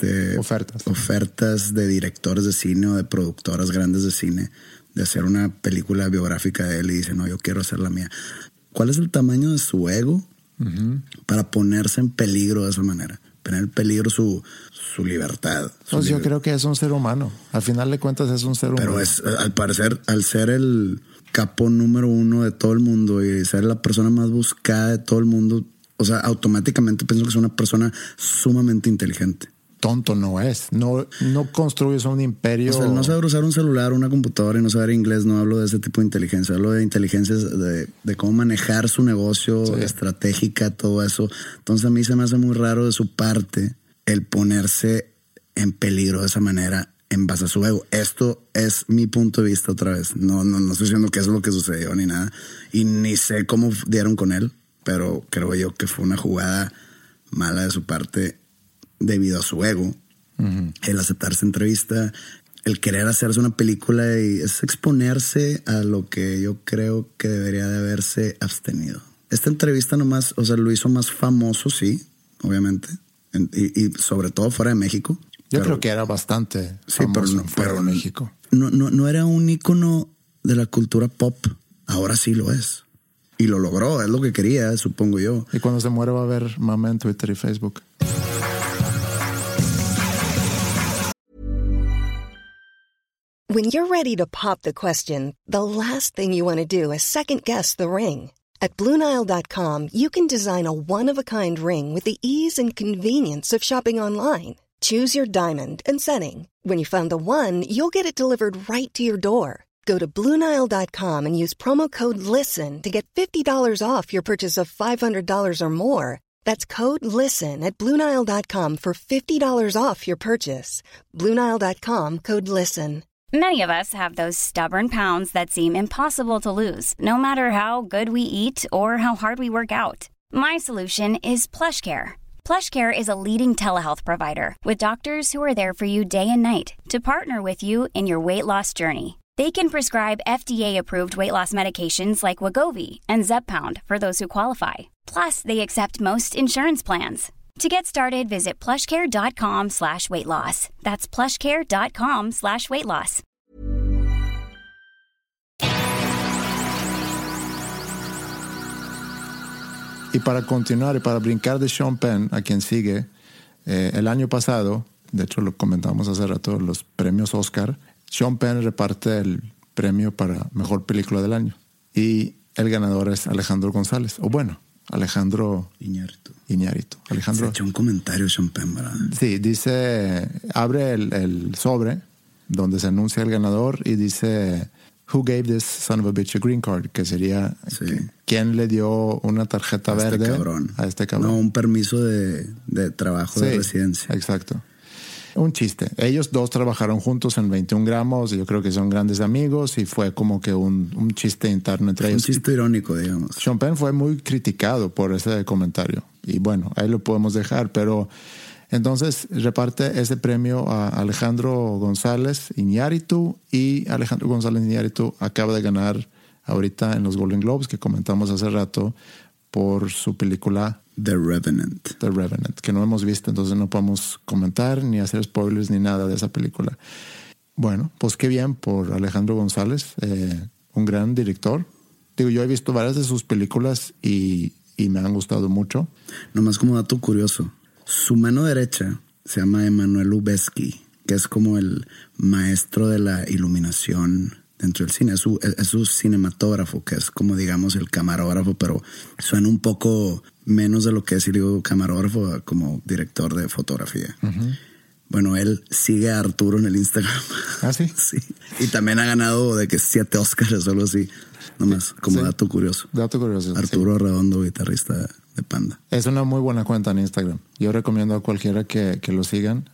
S5: ofertas de directores de cine o de productoras grandes de cine de hacer una película biográfica de él, y dice, no, yo quiero hacer la mía. ¿Cuál es el tamaño de su ego para ponerse en peligro de esa manera? Poner en peligro su libertad.
S4: Pues yo creo que es un ser humano. Al final de cuentas es un ser humano.
S5: Pero es, al parecer, al ser el capo número 1 de todo el mundo y ser la persona más buscada de todo el mundo, o sea, automáticamente pienso que es una persona sumamente inteligente.
S4: Tonto no es. No construyes un imperio.
S5: O sea, no saber usar un celular, una computadora y no saber inglés. No hablo de ese tipo de inteligencia. Hablo de inteligencias de cómo manejar su negocio, estratégica, todo eso. Entonces a mí se me hace muy raro de su parte el ponerse en peligro de esa manera en base a su ego. Esto es mi punto de vista otra vez. No estoy diciendo que eso es lo que sucedió ni nada. Y ni sé cómo dieron con él. Pero creo yo que fue una jugada mala de su parte debido a su ego, el aceptar esa entrevista, el querer hacerse una película, y es exponerse a lo que yo creo que debería de haberse abstenido. Esta entrevista nomás, o sea, lo hizo más famoso, sí, obviamente, y sobre todo fuera de México.
S4: Yo creo que era bastante famoso fuera de México.
S5: No era un ícono de la cultura pop. Ahora sí lo es. Y lo logró, es lo que quería, supongo yo.
S4: Y cuando se muere va a haber mame en Twitter y Facebook.
S7: When you're ready to pop the question, the last thing you want to do is second-guess the ring. At BlueNile.com, you can design a one-of-a-kind ring with the ease and convenience of shopping online. Choose your diamond and setting. When you find the one, you'll get it delivered right to your door. Go to BlueNile.com and use promo code LISTEN to get $50 off your purchase of $500 or more. That's code LISTEN at BlueNile.com for $50 off your purchase. BlueNile.com, code LISTEN.
S8: Many of us have those stubborn pounds that seem impossible to lose, no matter how good we eat or how hard we work out. My solution is PlushCare. PlushCare is a leading telehealth provider with doctors who are there for you day and night to partner with you in your weight loss journey. They can prescribe FDA-approved weight loss medications like Wegovy and Zepbound for those who qualify. Plus, they accept most insurance plans. To get started, visit plushcare.com/weightloss. That's plushcare.com/weightloss.
S4: Y para continuar y para brincar de Sean Penn, a quien sigue, el año pasado, de hecho lo comentamos hace rato, los premios Oscar, Sean Penn reparte el premio para Mejor Película del Año. Y el ganador es Alejandro González. O bueno, Alejandro Iñárritu. Alejandro.
S5: Se echó un comentario Sean Penn, ¿verdad?
S4: Sí, dice, abre el sobre donde se anuncia el ganador y dice, "Who gave this son of a bitch a green card?", que sería, ¿quién le dio una tarjeta verde a este cabrón?
S5: No, un permiso de trabajo, de residencia.
S4: Exacto. Un chiste. Ellos dos trabajaron juntos en 21 gramos y yo creo que son grandes amigos y fue como que un chiste interno entre ellos.
S5: Un chiste irónico, digamos.
S4: Sean Penn fue muy criticado por ese comentario y bueno, ahí lo podemos dejar, pero entonces reparte ese premio a Alejandro González Iñárritu y Alejandro González Iñárritu acaba de ganar ahorita en los Golden Globes que comentamos hace rato por su película
S5: The Revenant,
S4: que no hemos visto, entonces no podemos comentar ni hacer spoilers ni nada de esa película. Bueno, pues qué bien por Alejandro González, un gran director. Digo, yo he visto varias de sus películas y me han gustado mucho.
S5: Nomás como dato curioso, su mano derecha se llama Emanuel Lubezki, que es como el maestro de la iluminación dentro del cine. Es su cinematógrafo, que es como digamos el camarógrafo, pero suena un poco menos de lo que es, si digo camarógrafo, como director de fotografía. Uh-huh. Bueno, él sigue a Arturo en el Instagram.
S4: ¿Ah, sí?
S5: Sí. Y también ha ganado de que 7 Oscars o algo así. Nomás, como dato curioso.
S4: Dato curioso.
S5: Arturo Redondo, guitarrista de Panda.
S4: Es una muy buena cuenta en Instagram. Yo recomiendo a cualquiera que lo sigan.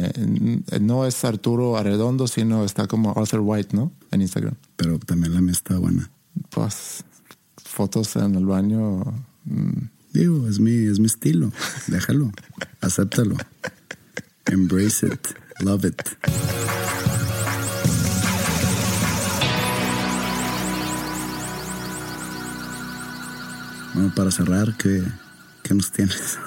S4: No es Arturo Arredondo, sino está como Arthur White, ¿no? En Instagram.
S5: Pero también la mía está buena.
S4: Pues, fotos en el baño.
S5: Digo, es mi estilo. Déjalo. Acéptalo. Embrace it. Love it. Bueno, para cerrar, ¿qué nos tienes?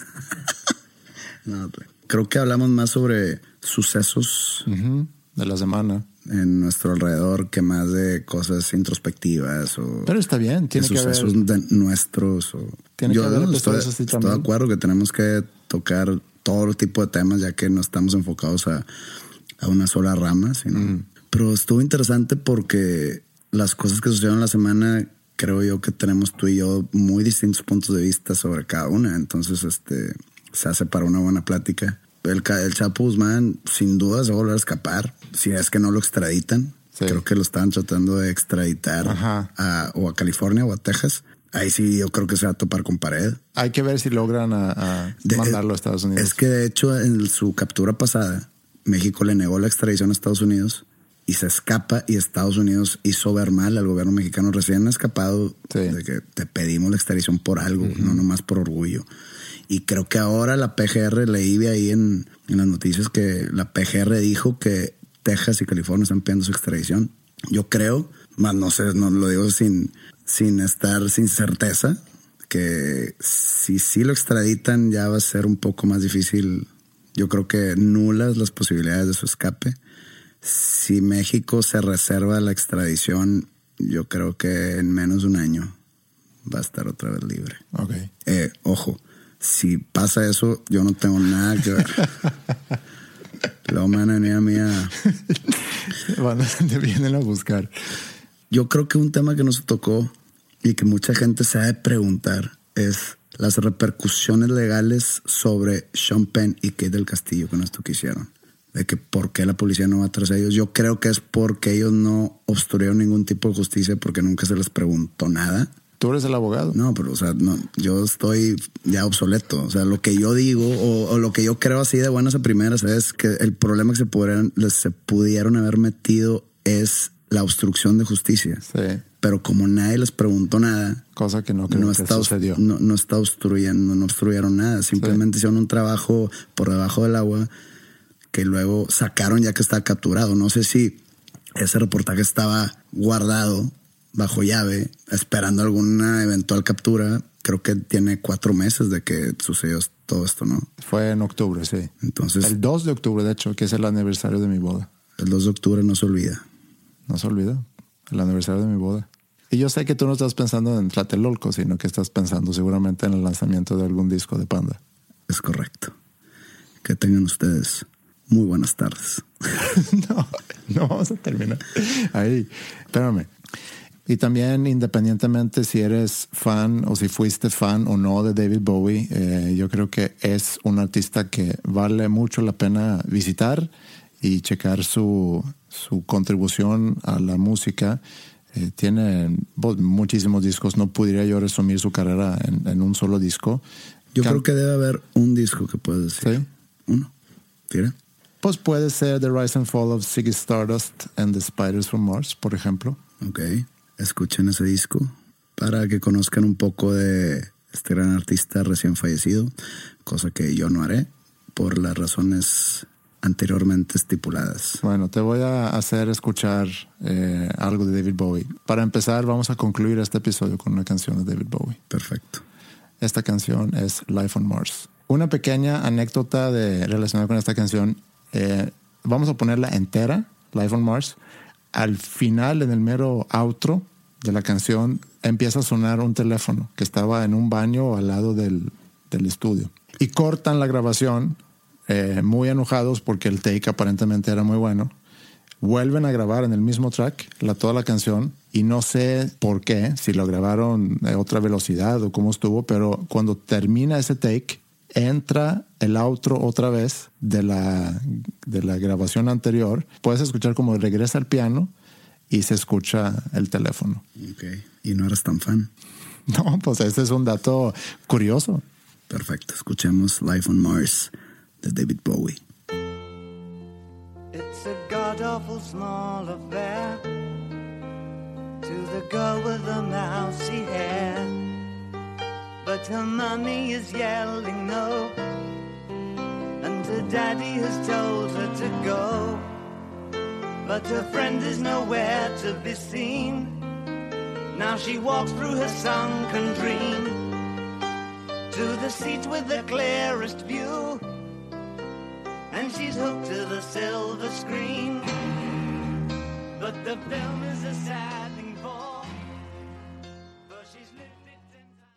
S5: No, creo que hablamos más sobre sucesos
S4: de la semana
S5: en nuestro alrededor que más de cosas introspectivas o...
S4: Pero está bien, tiene que haber
S5: sucesos nuestros o...
S4: Tiene que haber episodios así también.
S5: Estoy de acuerdo que tenemos que tocar todo tipo de temas ya que no estamos enfocados a una sola rama, sino... Pero estuvo interesante porque las cosas que sucedieron la semana, creo yo que tenemos tú y yo muy distintos puntos de vista sobre cada una. Entonces, se hace para una buena plática. El Chapo Guzmán, sin duda, se va a volver a escapar. Si es que no lo extraditan. Sí. Creo que lo estaban tratando de extraditar o a California o a Texas. Ahí sí yo creo que se va a topar con pared.
S4: Hay que ver si logran mandarlo a Estados Unidos.
S5: Es que de hecho en su captura pasada, México le negó la extradición a Estados Unidos y se escapa y Estados Unidos hizo ver mal al gobierno mexicano recién escapado de que te pedimos la extradición por algo, no nomás por orgullo. Y creo que ahora la PGR, leí ahí en las noticias que la PGR dijo que Texas y California están pidiendo su extradición. Yo creo, más no sé, no lo digo sin estar sin certeza, que si lo extraditan ya va a ser un poco más difícil. Yo creo que nulas las posibilidades de su escape. Si México se reserva la extradición, yo creo que en menos de un año va a estar otra vez libre.
S4: Okay.
S5: Ojo, si pasa eso, yo no tengo nada que ver. Luego me van a venir a mí a...
S4: Te vienen a buscar.
S5: Yo creo que un tema que nos tocó y que mucha gente se ha de preguntar es las repercusiones legales sobre Sean Penn y Kate del Castillo con esto que hicieron. De que por qué la policía no va tras ellos. Yo creo que es porque ellos no obstruyeron ningún tipo de justicia porque nunca se les preguntó nada.
S4: ¿Tú eres el abogado?
S5: No, pero o sea, no, yo estoy ya obsoleto. O sea, lo que yo digo o lo que yo creo así de buenas a primeras es que el problema que se pudieron haber metido es la obstrucción de justicia.
S4: Sí.
S5: Pero como nadie les preguntó nada,
S4: cosa que no creo que sucedió.
S5: No está obstruyendo, no obstruyeron nada. Simplemente hicieron un trabajo por debajo del agua que luego sacaron ya que estaba capturado. No sé si ese reportaje estaba guardado bajo llave, esperando alguna eventual captura. Creo que tiene 4 meses de que sucedió todo esto, ¿no?
S4: Fue en octubre, sí.
S5: Entonces,
S4: el 2 de octubre, de hecho, que es el aniversario de mi boda.
S5: El 2 de octubre no se olvida.
S4: No se olvida. El aniversario de mi boda. Y yo sé que tú no estás pensando en Tlatelolco, sino que estás pensando seguramente en el lanzamiento de algún disco de Panda.
S5: Es correcto. Que tengan ustedes muy buenas tardes.
S4: No vamos a terminar ahí. Espérame. Y también, independientemente si eres fan o si fuiste fan o no de David Bowie, yo creo que es un artista que vale mucho la pena visitar y checar su contribución a la música. Tiene muchísimos discos. No pudiera yo resumir su carrera en un solo disco.
S5: Yo creo que debe haber un disco que puedes decir.
S4: ¿Sí?
S5: Uno. ¿Tira?
S4: Pues puede ser The Rise and Fall of Ziggy Stardust and the Spiders from Mars, por ejemplo.
S5: Ok. Escuchen ese disco para que conozcan un poco de este gran artista recién fallecido, cosa que yo no haré por las razones anteriormente estipuladas.
S4: Bueno, te voy a hacer escuchar algo de David Bowie. Para empezar, vamos a concluir este episodio con una canción de David Bowie.
S5: Perfecto.
S4: Esta canción es Life on Mars. Una pequeña anécdota relacionada con esta canción. Vamos a ponerla entera, Life on Mars. Al final, en el mero outro de la canción, empieza a sonar un teléfono que estaba en un baño al lado del estudio. Y cortan la grabación, muy enojados porque el take aparentemente era muy bueno. Vuelven a grabar en el mismo track toda la canción y no sé por qué, si lo grabaron a otra velocidad o cómo estuvo, pero cuando termina ese take, entra el outro otra vez de la grabación anterior. Puedes escuchar como regresa el piano y se escucha el teléfono.
S5: Ok. ¿Y no eres tan fan?
S4: No, pues este es un dato curioso.
S5: Perfecto. Escuchemos Life on Mars de David Bowie.
S6: It's a god-awful small affair to the girl with the mousy hair. But her mommy is yelling no, and her daddy has told her to go. But her friend is nowhere to be seen. Now she walks through her sunken dream to the seat with the clearest view, and she's hooked to the silver screen. But the film is a sad thing for she's lived it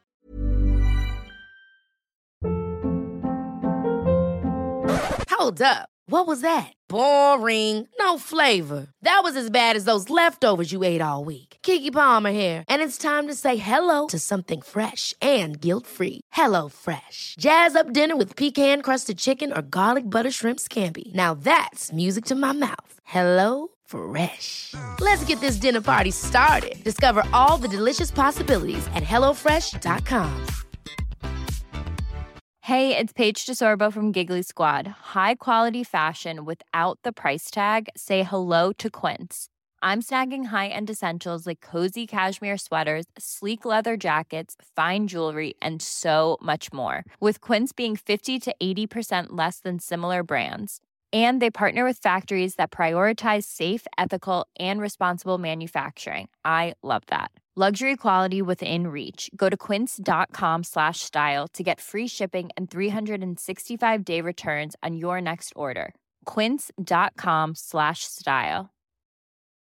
S6: 10 times.
S9: Hold up. What was that? Boring. No flavor. That was as bad as those leftovers you ate all week. Keke Palmer here, and it's time to say hello to something fresh and guilt-free. Hello Fresh. Jazz up dinner with pecan-crusted chicken or garlic butter shrimp scampi. Now that's music to my mouth. Hello Fresh. Let's get this dinner party started. Discover all the delicious possibilities at HelloFresh.com.
S10: Hey, it's Paige DeSorbo from Giggly Squad. High quality fashion without the price tag. Say hello to Quince. I'm snagging high-end essentials like cozy cashmere sweaters, sleek leather jackets, fine jewelry, and so much more. With Quince being 50 to 80% less than similar brands. And they partner with factories that prioritize safe, ethical, and responsible manufacturing. I love that. Luxury quality within reach. Go to quince.com/style to get free shipping and 365-day returns on your next order. Quince.com/style.